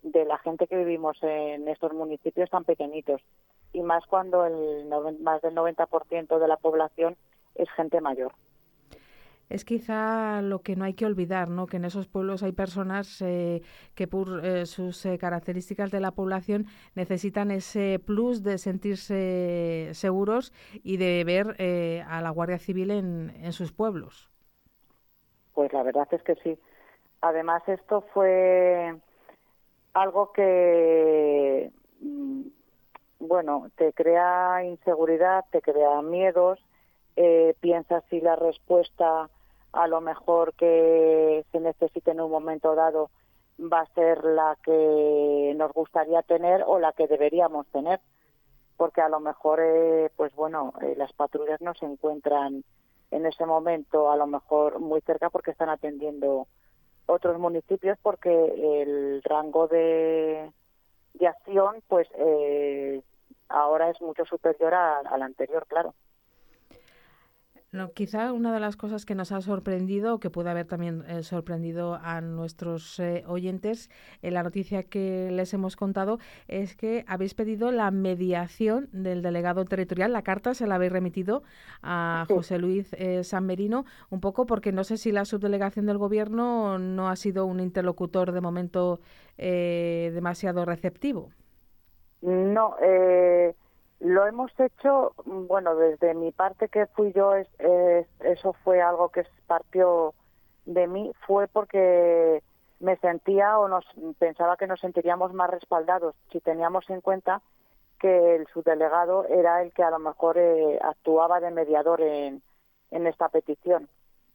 de la gente que vivimos en estos municipios tan pequeñitos, y más cuando el más del noventa por ciento de la población es gente mayor. Es quizá lo que no hay que olvidar, ¿no? Que en esos pueblos hay personas eh, que por eh, sus eh, características de la población necesitan ese plus de sentirse seguros y de ver eh, a la Guardia Civil en, en sus pueblos. Pues la verdad es que sí. Además, esto fue algo que, bueno, te crea inseguridad, te crea miedos, eh, piensas si la respuesta a lo mejor que se necesite en un momento dado va a ser la que nos gustaría tener o la que deberíamos tener, porque a lo mejor, eh, pues bueno, eh, las patrullas no se encuentran en ese momento a lo mejor muy cerca porque están atendiendo otros municipios, porque el rango de, de acción pues eh, ahora es mucho superior a, al anterior, claro. No, quizá una de las cosas que nos ha sorprendido, que puede haber también eh, sorprendido a nuestros eh, oyentes en la noticia que les hemos contado, es que habéis pedido la mediación del delegado territorial. La carta se la habéis remitido a sí. José Luis eh, San Merino, un poco porque no sé si la subdelegación del Gobierno no ha sido un interlocutor de momento eh, demasiado receptivo. No, eh... Lo hemos hecho, bueno, desde mi parte que fui yo, es, es, eso fue algo que partió de mí, fue porque me sentía o nos pensaba que nos sentiríamos más respaldados si teníamos en cuenta que el subdelegado era el que a lo mejor eh, actuaba de mediador en, en esta petición.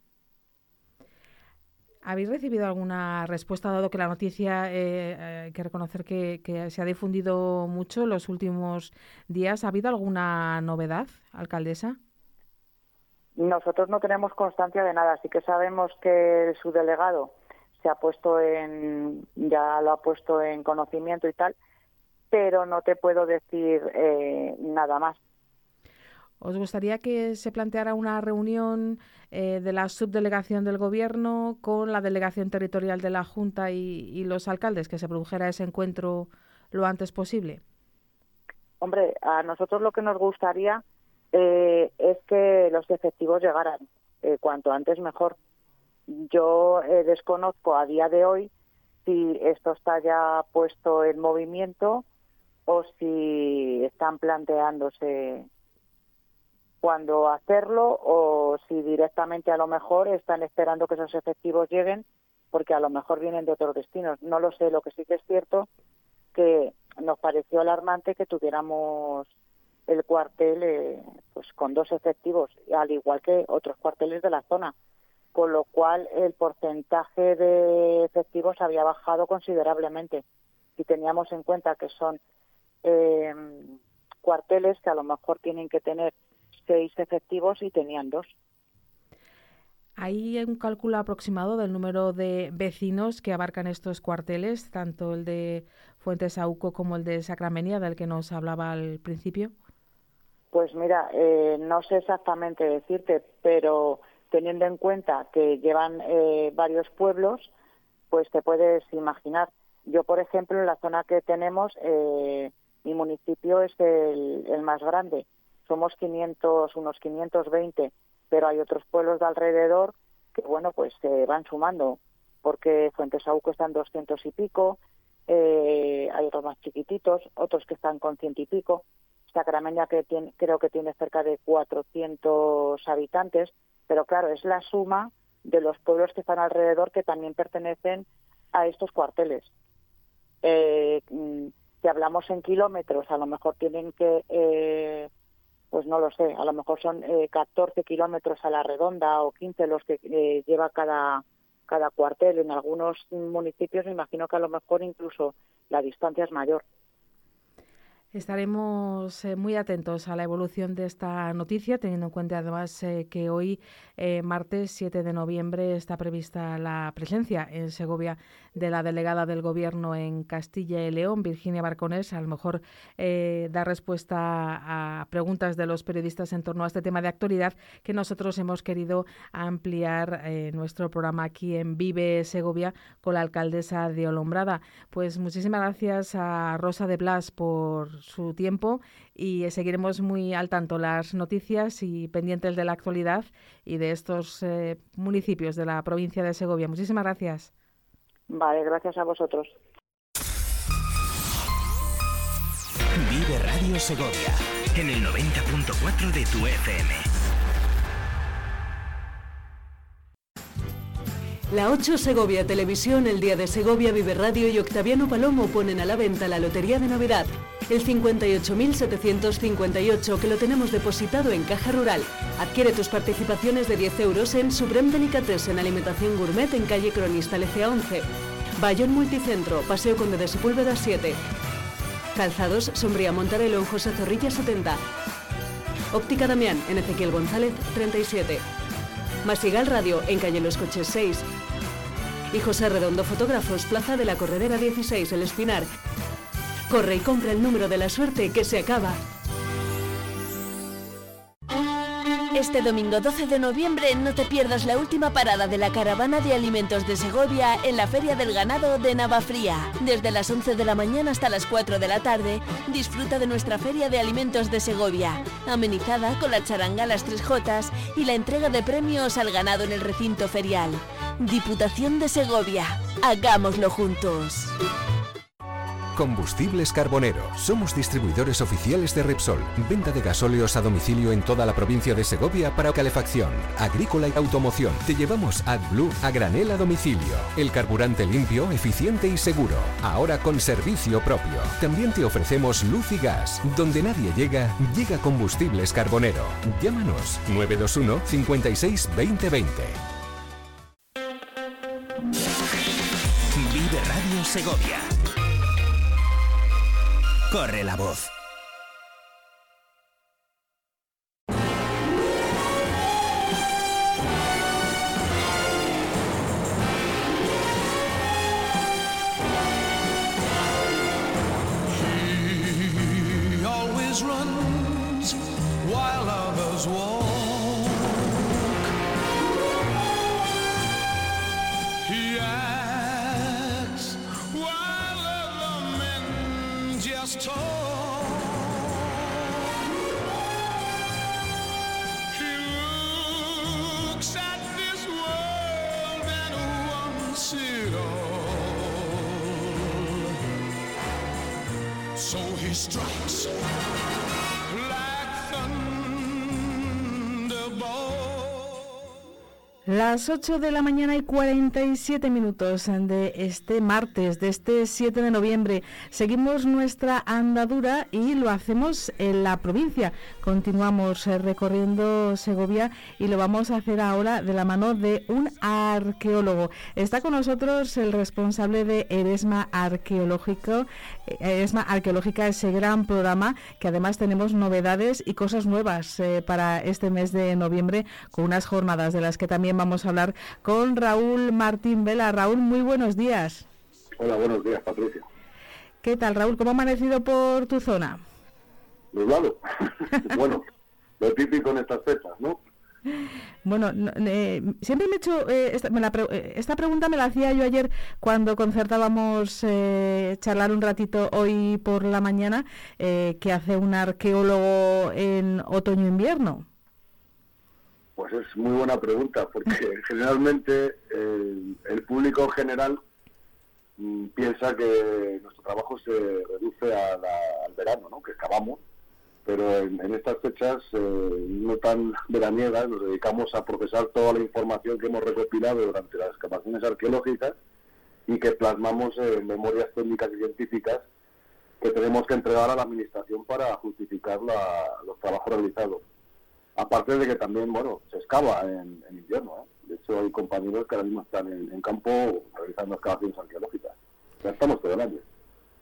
¿Habéis recibido alguna respuesta, dado que la noticia, eh, hay que reconocer que, que se ha difundido mucho en los últimos días? ¿Ha habido alguna novedad, alcaldesa? Nosotros no tenemos constancia de nada, sí que sabemos que su delegado se ha puesto en, ya lo ha puesto en conocimiento y tal, pero no te puedo decir eh, nada más. ¿Os gustaría que se planteara una reunión eh, de la subdelegación del Gobierno con la delegación territorial de la Junta y, y los alcaldes, que se produjera ese encuentro lo antes posible? Hombre, a nosotros lo que nos gustaría eh, es que los efectivos llegaran eh, cuanto antes mejor. Yo eh, desconozco a día de hoy si esto está ya puesto en movimiento o si están planteándose cuándo hacerlo, o si directamente a lo mejor están esperando que esos efectivos lleguen porque a lo mejor vienen de otros destinos. No lo sé. Lo que sí que es cierto que nos pareció alarmante que tuviéramos el cuartel eh, pues con dos efectivos, al igual que otros cuarteles de la zona, con lo cual el porcentaje de efectivos había bajado considerablemente. Si teníamos en cuenta que son eh, cuarteles que a lo mejor tienen que tener seis efectivos y tenían dos. ¿Hay un cálculo aproximado del número de vecinos que abarcan estos cuarteles, tanto el de Fuentesauco como el de Sacramenia, del que nos hablaba al principio? Pues mira, eh, no sé exactamente decirte, pero teniendo en cuenta que llevan eh, varios pueblos, pues te puedes imaginar. Yo, por ejemplo, en la zona que tenemos, eh, mi municipio es el, el más grande. Somos quinientos, unos quinientos veinte, pero hay otros pueblos de alrededor que, bueno, pues se van sumando, porque Fuentesauco están doscientos y pico, eh, hay otros más chiquititos, otros que están con ciento y pico. Sacramenia que tiene, creo que tiene cerca de cuatrocientos habitantes, pero claro, es la suma de los pueblos que están alrededor que también pertenecen a estos cuarteles. Eh, si hablamos en kilómetros, a lo mejor tienen que... Eh, pues no lo sé, a lo mejor son eh, catorce kilómetros a la redonda o quince los que eh, lleva cada, cada cuartel. En algunos municipios me imagino que a lo mejor incluso la distancia es mayor. Estaremos eh, muy atentos a la evolución de esta noticia, teniendo en cuenta además eh, que hoy, eh, martes siete de noviembre, está prevista la presencia en Segovia de la delegada del Gobierno en Castilla y León, Virginia Barconés. A lo mejor eh, da respuesta a preguntas de los periodistas en torno a este tema de actualidad que nosotros hemos querido ampliar eh, nuestro programa aquí en Vive Segovia con la alcaldesa de Olombrada. Pues muchísimas gracias a Rosa de Blas por su tiempo y seguiremos muy al tanto las noticias y pendientes de la actualidad y de estos eh, municipios de la provincia de Segovia. Muchísimas gracias. Vale, gracias a vosotros. Vive Radio Segovia en el noventa punto cuatro de tu F M. La ocho Segovia Televisión, el Día de Segovia, Vive Radio y Octaviano Palomo ponen a la venta la Lotería de Navidad, el cincuenta y ocho mil setecientos cincuenta y ocho que lo tenemos depositado en Caja Rural. Adquiere tus participaciones de diez euros en Supreme Delicatessen Alimentación Gourmet en calle Cronista Lecea once, Bayón Multicentro, Paseo Conde de Sepúlveda siete, Calzados Sombría Montarelo en José Zorrilla setenta, Óptica Damián en Ezequiel González treinta y siete, Masigal Radio en calle Los Coches seis y José Redondo Fotógrafos, Plaza de la Corredera dieciséis, El Espinar. Corre y compra el número de la suerte que se acaba. Este domingo doce de noviembre no te pierdas la última parada de la caravana de alimentos de Segovia en la Feria del Ganado de Navafría. Desde las once de la mañana hasta las cuatro de la tarde, disfruta de nuestra Feria de Alimentos de Segovia, amenizada con la charanga Las Tres Jotas y la entrega de premios al ganado en el recinto ferial. Diputación de Segovia, hagámoslo juntos. Combustibles Carbonero. Somos distribuidores oficiales de Repsol. Venta de gasóleos a domicilio en toda la provincia de Segovia para calefacción, agrícola y automoción. Te llevamos AdBlue a granel a domicilio. El carburante limpio, eficiente y seguro. Ahora con servicio propio. También te ofrecemos luz y gas. Donde nadie llega, llega Combustibles Carbonero. Llámanos nueve dos uno, cincuenta y seis, veinte veinte. Vive Radio Segovia. Corre la voz. He always runs while others walk. He acts while other men just talk. He looks at this world and wants it all. So he strikes like thunderbolt. Las ocho de la mañana y cuarenta y siete minutos de este martes, de este siete de noviembre. Seguimos nuestra andadura y lo hacemos en la provincia. Continuamos eh, recorriendo Segovia y lo vamos a hacer ahora de la mano de un arqueólogo. Está con nosotros el responsable de Eresma Arqueológico, eh, Eresma Arqueológica, ese gran programa que además tenemos novedades y cosas nuevas eh, para este mes de noviembre con unas jornadas de las que también vamos a hablar con Raúl Martín Vela. Raúl, muy buenos días. Hola, buenos días, Patricia. ¿Qué tal, Raúl? ¿Cómo ha amanecido por tu zona? Nublado. Bueno, lo típico en estas fechas, ¿no? Bueno, no, eh, siempre me he hecho... Eh, esta, me la pre- esta pregunta me la hacía yo ayer cuando concertábamos eh, charlar un ratito hoy por la mañana, eh, ¿qué hace un arqueólogo en otoño-invierno? Pues es muy buena pregunta, porque generalmente eh, el público general mm, piensa que nuestro trabajo se reduce a la, al verano, ¿no? Que excavamos, pero en, en estas fechas eh, no tan veraniegas nos dedicamos a procesar toda la información que hemos recopilado durante las excavaciones arqueológicas y que plasmamos en memorias técnicas y científicas que tenemos que entregar a la administración para justificar la, los trabajos realizados. Aparte de que también, bueno, se excava en, en invierno, ¿eh? De hecho, hay compañeros que ahora mismo están en, en campo realizando excavaciones arqueológicas. Ya estamos todo el año.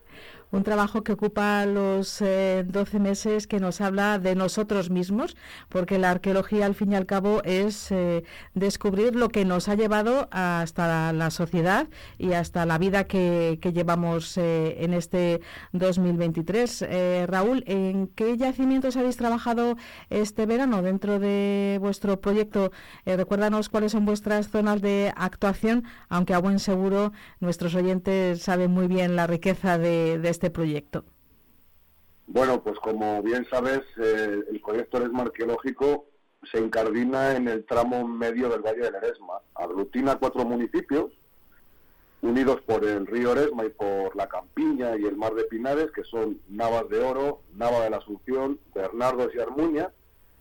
Un trabajo que ocupa los eh, doce meses, que nos habla de nosotros mismos, porque la arqueología al fin y al cabo es eh, descubrir lo que nos ha llevado hasta la, la sociedad y hasta la vida que, que llevamos eh, en este dos mil veintitrés. Eh, Raúl, ¿en qué yacimientos habéis trabajado este verano dentro de vuestro proyecto? Eh, recuérdanos cuáles son vuestras zonas de actuación, aunque a buen seguro nuestros oyentes saben muy bien la riqueza de, de este proyecto. Bueno, pues como bien sabes, eh, el proyecto Eresma Arqueológico se incardina en el tramo medio del Valle del Eresma. Aglutina cuatro municipios, unidos por el río Eresma y por la Campiña y el Mar de Pinares, que son Navas de Oro, Nava de la Asunción, Bernardos y Armuña,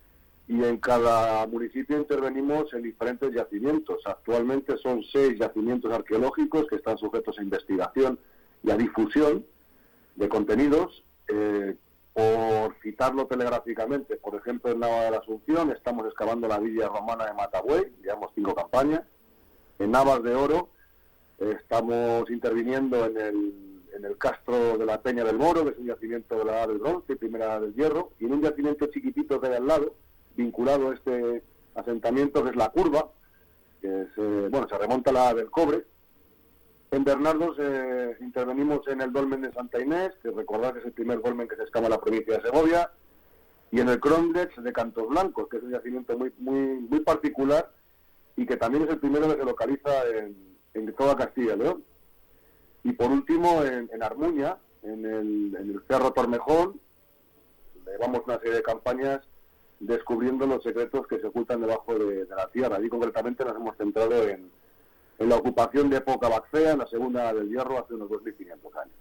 y en cada municipio intervenimos en diferentes yacimientos. Actualmente son seis yacimientos arqueológicos que están sujetos a investigación y a difusión de contenidos. Eh, por citarlo telegráficamente, por ejemplo, en Nava de la Asunción estamos excavando la villa romana de Matagüey, llevamos cinco campañas. En Navas de Oro eh, estamos interviniendo en el, en el castro de la Peña del Moro, que es un yacimiento de la Edad del Bronce y Primera Edad del Hierro, y en un yacimiento chiquitito que hay al lado, vinculado a este asentamiento, que es La Curva, que se, bueno, se remonta a la Edad del Cobre. En Bernardos eh, intervenimos en el dolmen de Santa Inés, que recordad que es el primer dolmen que se excava en la provincia de Segovia, y en el Crondex de Cantos Blancos, que es un yacimiento muy muy muy particular y que también es el primero que se localiza en, en toda Castilla y León. Y por último, en, en Armuña, en el, en el Cerro Tormejón, llevamos una serie de campañas descubriendo los secretos que se ocultan debajo de, de la tierra. Allí concretamente nos hemos centrado en en la ocupación de época Bacea, en la Segunda del Hierro, hace unos dos mil quinientos años.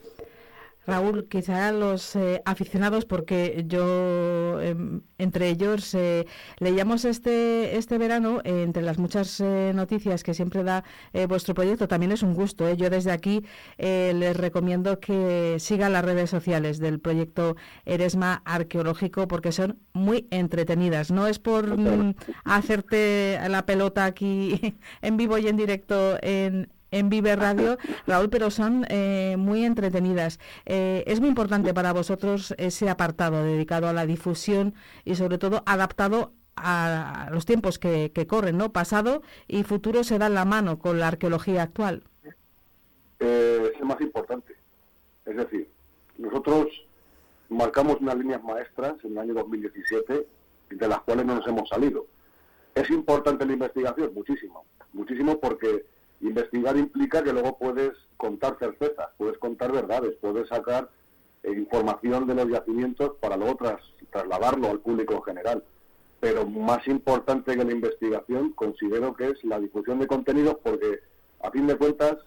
Raúl, quizá los eh, aficionados, porque yo, eh, entre ellos, eh, leíamos este este verano, eh, entre las muchas eh, noticias que siempre da eh, vuestro proyecto, también es un gusto. Eh, yo desde aquí eh, les recomiendo que sigan las redes sociales del proyecto Eresma Arqueológico, porque son muy entretenidas. No es por mm, hacerte la pelota aquí en vivo y en directo en en Vive Radio, Raúl, pero son eh, muy entretenidas. Eh, es muy importante para vosotros ese apartado dedicado a la difusión y sobre todo adaptado a los tiempos que, que corren, ¿no? Pasado y futuro se dan la mano con la arqueología actual. Eh, es el más importante. Es decir, nosotros marcamos unas líneas maestras en el año dos mil diecisiete, de las cuales no nos hemos salido. ¿Es importante la investigación? Muchísimo. Muchísimo porque investigar implica que luego puedes contar certezas, puedes contar verdades, puedes sacar eh, información de los yacimientos para luego tras, trasladarlo al público en general. Pero más importante que la investigación considero que es la difusión de contenidos, porque a fin de cuentas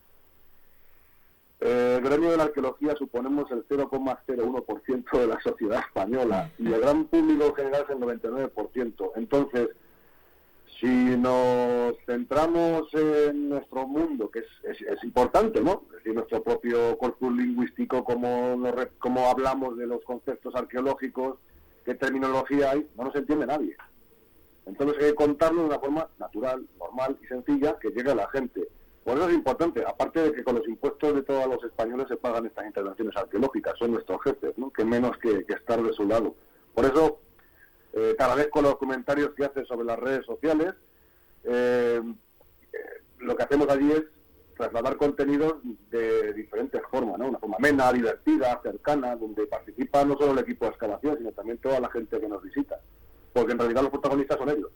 eh, el gremio de la arqueología suponemos el cero coma cero uno por ciento de la sociedad española y el gran público en general es el noventa y nueve por ciento. Entonces, si nos centramos en nuestro mundo, que es, es, es importante, ¿no? Es decir, nuestro propio corpus lingüístico, cómo, nos, cómo hablamos de los conceptos arqueológicos, qué terminología hay, no nos entiende nadie. Entonces hay que contarlo de una forma natural, normal y sencilla, que llegue a la gente. Por eso es importante, aparte de que con los impuestos de todos los españoles se pagan estas intervenciones arqueológicas, son nuestros jefes, ¿no? Que menos que, que estar de su lado. Por eso Eh, te agradezco los comentarios que haces sobre las redes sociales. Eh, eh, lo que hacemos allí es trasladar contenidos de diferentes formas, ¿no? Una forma amena, divertida, cercana, donde participa no solo el equipo de excavación, sino también toda la gente que nos visita, porque en realidad los protagonistas son ellos.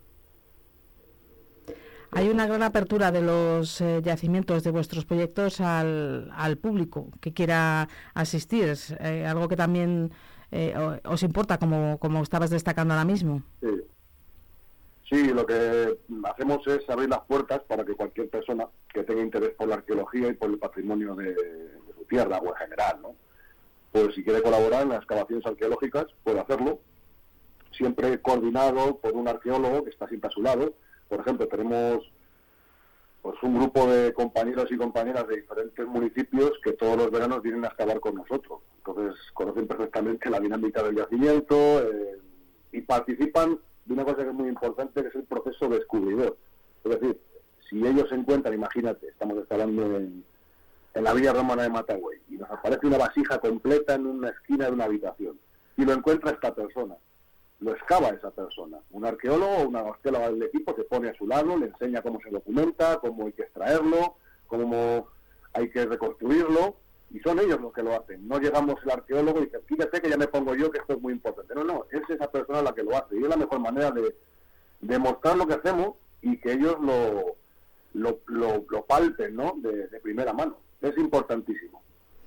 Hay una gran apertura de los eh, yacimientos de vuestros proyectos al, al público que quiera asistir, es eh, algo que también eh, os importa, como, como estabas destacando ahora mismo. Sí. Sí, lo que hacemos es abrir las puertas para que cualquier persona que tenga interés por la arqueología y por el patrimonio de, de su tierra o en general, ¿no? Pues si quiere colaborar en las excavaciones arqueológicas, puede hacerlo, siempre coordinado por un arqueólogo que está siempre a su lado. Por ejemplo, tenemos pues un grupo de compañeros y compañeras de diferentes municipios que todos los veranos vienen a excavar con nosotros. Entonces conocen perfectamente la dinámica del yacimiento eh, y participan de una cosa que es muy importante, que es el proceso descubridor. Es decir, si ellos se encuentran, imagínate, estamos excavando en, en la Villa Romana de Matagüey, y nos aparece una vasija completa en una esquina de una habitación, y lo encuentra esta persona, lo excava esa persona, un arqueólogo o una arqueóloga del equipo se pone a su lado, le enseña cómo se documenta, cómo hay que extraerlo, cómo hay que reconstruirlo, y son ellos los que lo hacen. No llegamos el arqueólogo y dice, fíjate que ya me pongo yo que esto es muy importante. No, no, es esa persona la que lo hace, y es la mejor manera de demostrar lo que hacemos y que ellos lo, lo, lo, lo palpen, ¿no?, de, de primera mano. Es importantísimo.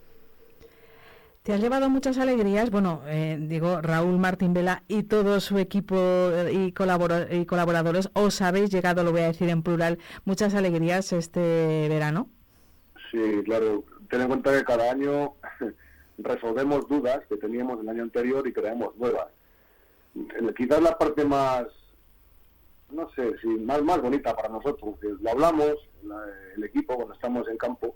Te has llevado muchas alegrías, bueno, eh, digo, Raúl Martín Vela y todo su equipo y, colabora- y colaboradores, os habéis llegado, lo voy a decir en plural, muchas alegrías este verano. Sí, claro. Ten en cuenta que cada año resolvemos dudas que teníamos el año anterior y creamos nuevas. Quizás la parte más, no sé, si más, más bonita para nosotros, que lo hablamos, la, el equipo, cuando estamos en campo,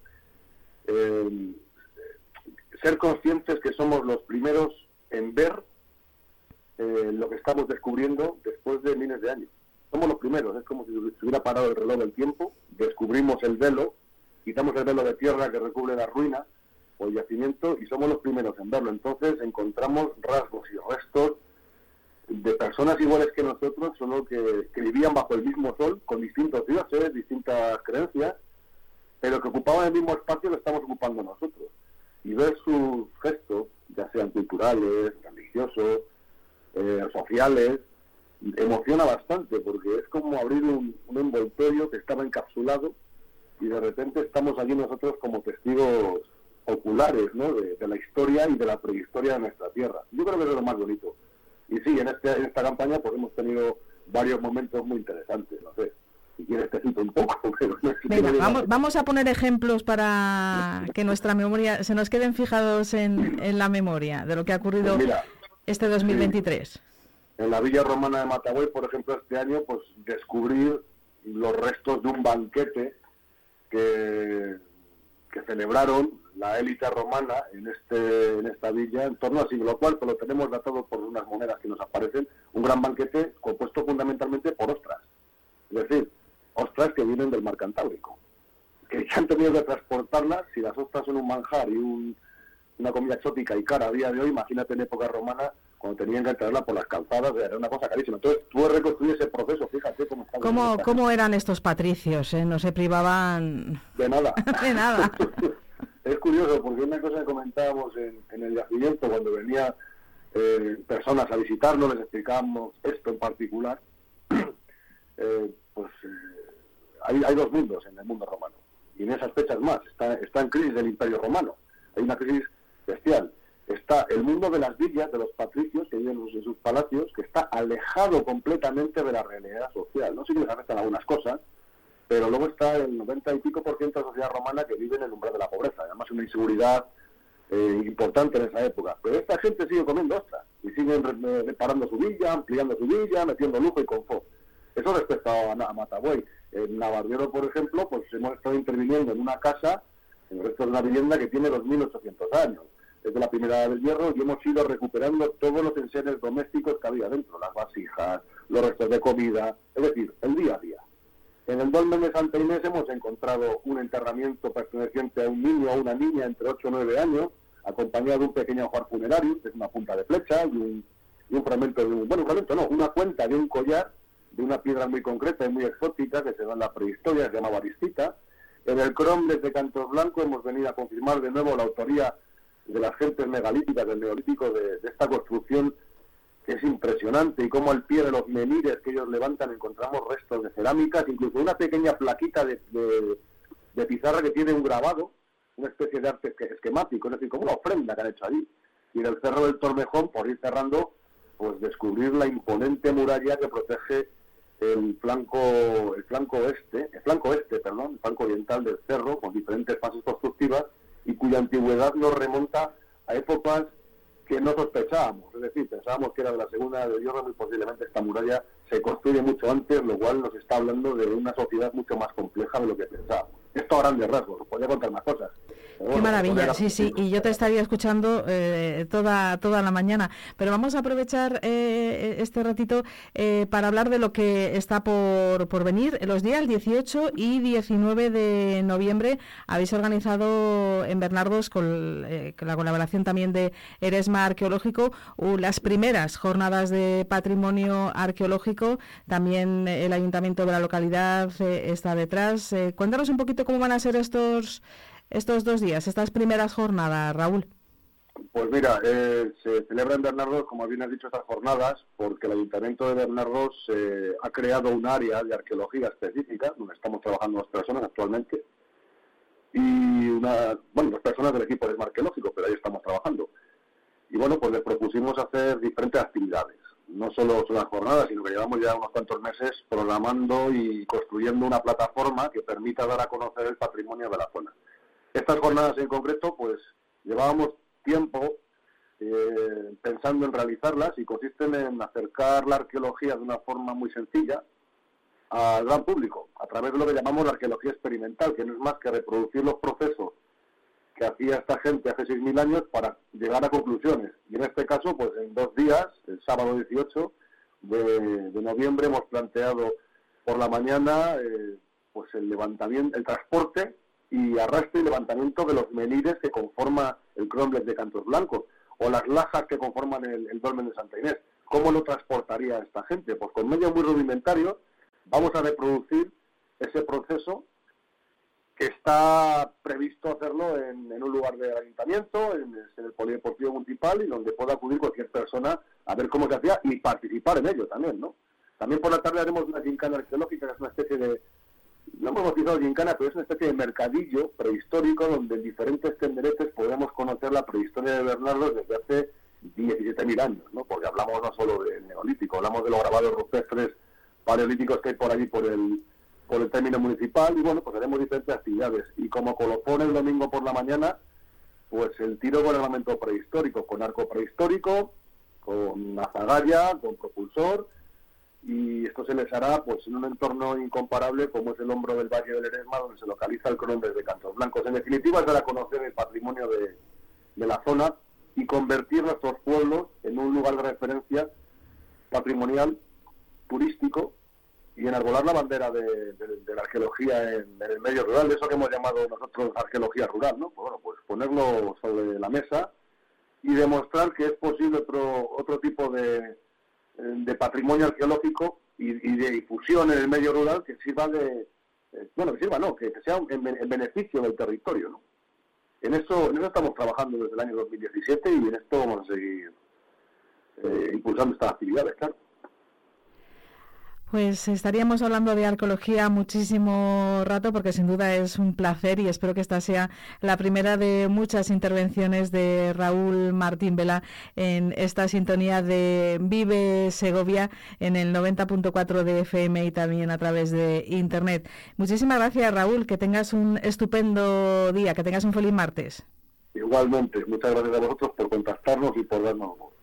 eh, ser conscientes que somos los primeros en ver eh, lo que estamos descubriendo después de miles de años. Somos los primeros, es como si se hubiera parado el reloj del tiempo, descubrimos el velo, quitamos el velo de tierra que recubre la ruina o el yacimiento y somos los primeros en verlo. Entonces encontramos rasgos y restos de personas iguales que nosotros, solo que, que vivían bajo el mismo sol, con distintos dioses, distintas creencias, pero que ocupaban el mismo espacio que estamos ocupando nosotros. Y ver sus gestos, ya sean culturales, religiosos, eh, sociales, emociona bastante, porque es como abrir un, un envoltorio que estaba encapsulado y de repente estamos allí nosotros como testigos oculares, ¿no?, de, de la historia y de la prehistoria de nuestra tierra. Yo creo que eso es lo más bonito. Y sí, en, este, en esta campaña pues hemos tenido varios momentos muy interesantes, no sé. Si quieres te cito un poco, pero no sé. Venga, vamos, vamos a poner ejemplos para que nuestra memoria, se nos queden fijados en, en la memoria de lo que ha ocurrido pues mira, este dos mil veintitrés. Sí. En la Villa Romana de Matagüey, por ejemplo, este año, pues descubrir los restos de un banquete que, que celebraron la élite romana en este en esta villa en torno al siglo cuarto, lo tenemos datado por unas monedas que nos aparecen, un gran banquete compuesto fundamentalmente por ostras. Es decir, ostras que vienen del mar Cantábrico, que ya han tenido que transportarlas. Si las ostras son un manjar y un, una comida exótica y cara a día de hoy, imagínate en época romana, cuando tenían que traerla por las calzadas, era una cosa carísima. Entonces, tú reconstruir ese proceso, fíjate cómo estaba. ¿Cómo, ¿Cómo eran estos patricios? Eh? No se privaban... De nada. de nada. Es curioso, porque una cosa que comentábamos en, en el yacimiento, cuando venían eh, personas a visitarnos, les explicábamos esto en particular, eh, pues eh, hay, hay dos mundos en el mundo romano, y en esas fechas más, está, está en crisis el Imperio Romano, hay una crisis bestial. Está el mundo de las villas, de los patricios que viven en sus palacios, que está alejado completamente de la realidad social. No sé si les afectan algunas cosas, pero luego está el noventa y pico por ciento de la sociedad romana que vive en el umbral de la pobreza. Además, una inseguridad eh, importante en esa época. Pero esta gente sigue comiendo ostras y siguen re reparando su villa, ampliando su villa, metiendo lujo y confort. Eso respecto a, a Matagüey. En Navarrero, por ejemplo, pues hemos estado interviniendo en una casa, en el resto de una vivienda que tiene dos mil ochocientos años. Desde la primera edad del hierro, y hemos ido recuperando todos los enseres domésticos que había dentro, las vasijas, los restos de comida, es decir, el día a día. En el dolmen de Santa Inés hemos encontrado un enterramiento perteneciente a un niño o a una niña entre ocho o nueve años, acompañado de un pequeño ajuar funerario, que es una punta de flecha, y un, y un fragmento de un, bueno, un fragmento no, una cuenta de un collar, de una piedra muy concreta y muy exótica, que se da en la prehistoria, se llama Aristita. En el Crom, desde Cantos Blanco, hemos venido a confirmar de nuevo la autoría de las gentes megalíticas del Neolítico, de, de esta construcción que es impresionante, y cómo al pie de los menires que ellos levantan encontramos restos de cerámicas, incluso una pequeña plaquita de, de, de pizarra que tiene un grabado, una especie de arte esquemático, es decir, como una ofrenda que han hecho allí. Y en el Cerro del Tormejón, por ir cerrando, pues descubrir la imponente muralla que protege el flanco el flanco este, el flanco este, perdón, el flanco oriental del cerro, con diferentes fases constructivas, y cuya antigüedad nos remonta a épocas que no sospechábamos. Es decir, pensábamos que era de la Segunda de Hierro, muy posiblemente esta muralla se construye mucho antes, lo cual nos está hablando de una sociedad mucho más compleja de lo que pensábamos. Esto a grandes rasgos, os podría contar más cosas. Qué maravilla, sí, sí, y yo te estaría escuchando eh, toda toda la mañana, pero vamos a aprovechar eh, este ratito eh, para hablar de lo que está por, por venir. Los días dieciocho y diecinueve de noviembre habéis organizado en Bernardos, con, eh, con la colaboración también de Eresma Arqueológico, uh, las primeras jornadas de patrimonio arqueológico. También el ayuntamiento de la localidad eh, está detrás. Eh, cuéntanos un poquito cómo van a ser estos... estos dos días, estas primeras jornadas, Raúl. Pues mira, eh, se celebra en Bernardos, como bien has dicho, estas jornadas, porque el Ayuntamiento de Bernardos eh, ha creado un área de arqueología específica, donde estamos trabajando dos personas actualmente, y una, bueno, dos personas del equipo de Eresma Arqueológico, pero ahí estamos trabajando. Y bueno, pues les propusimos hacer diferentes actividades. No solo son las jornadas, sino que llevamos ya unos cuantos meses programando y construyendo una plataforma que permita dar a conocer el patrimonio de la zona. Estas jornadas en concreto, pues llevábamos tiempo eh, pensando en realizarlas y consisten en acercar la arqueología de una forma muy sencilla al gran público, a través de lo que llamamos la arqueología experimental, que no es más que reproducir los procesos que hacía esta gente hace seis mil años para llegar a conclusiones. Y en este caso, pues en dos días, el sábado dieciocho de, de noviembre, hemos planteado por la mañana eh, pues el levantamiento, el transporte y arrastre y levantamiento de los menires que conforman el cromlech de Cantos Blancos, o las lajas que conforman el, el dolmen de Santa Inés. ¿Cómo lo transportaría esta gente? Pues con medios muy rudimentarios vamos a reproducir ese proceso que está previsto hacerlo en, en un lugar del ayuntamiento, en, en el polideportivo municipal, y donde pueda acudir cualquier persona a ver cómo se hacía y participar en ello también, ¿no? También por la tarde haremos una gincana arqueológica, que es una especie de, no hemos bautizado gincana, pero es una especie de mercadillo prehistórico donde en diferentes tenderetes podemos conocer la prehistoria de Bernardos desde hace diecisiete mil años, ¿no? Porque hablamos no solo del neolítico, hablamos de los grabados rupestres paleolíticos que hay por allí por el por el término municipal, y bueno, pues haremos diferentes actividades. Y como colofón el domingo por la mañana, pues el tiro con armamento prehistórico, con arco prehistórico, con azagaya, con propulsor, y esto se les hará pues en un entorno incomparable como es el hombro del Valle del Eresma, donde se localiza el cromlech de Cantos Blancos. En definitiva, es dar a conocer el patrimonio de, de la zona y convertir nuestros pueblos en un lugar de referencia patrimonial, turístico, y enarbolar la bandera de, de, de la arqueología en, en el medio rural, de eso que hemos llamado nosotros arqueología rural, ¿no? Pues bueno, pues ponerlo sobre la mesa y demostrar que es posible otro otro tipo de, de patrimonio arqueológico y, y de difusión en el medio rural que sirva de, eh, bueno, que sirva, no, que, que sea en, en beneficio del territorio, ¿no? En eso, en eso estamos trabajando desde el año dos mil diecisiete y en esto vamos a seguir eh, impulsando estas actividades, claro. Pues estaríamos hablando de arqueología muchísimo rato, porque sin duda es un placer, y espero que esta sea la primera de muchas intervenciones de Raúl Martín Vela en esta sintonía de Vive Segovia en el noventa punto cuatro de F M y también a través de Internet. Muchísimas gracias, Raúl, que tengas un estupendo día, que tengas un feliz martes. Igualmente, muchas gracias a vosotros por contactarnos y por darnos voz.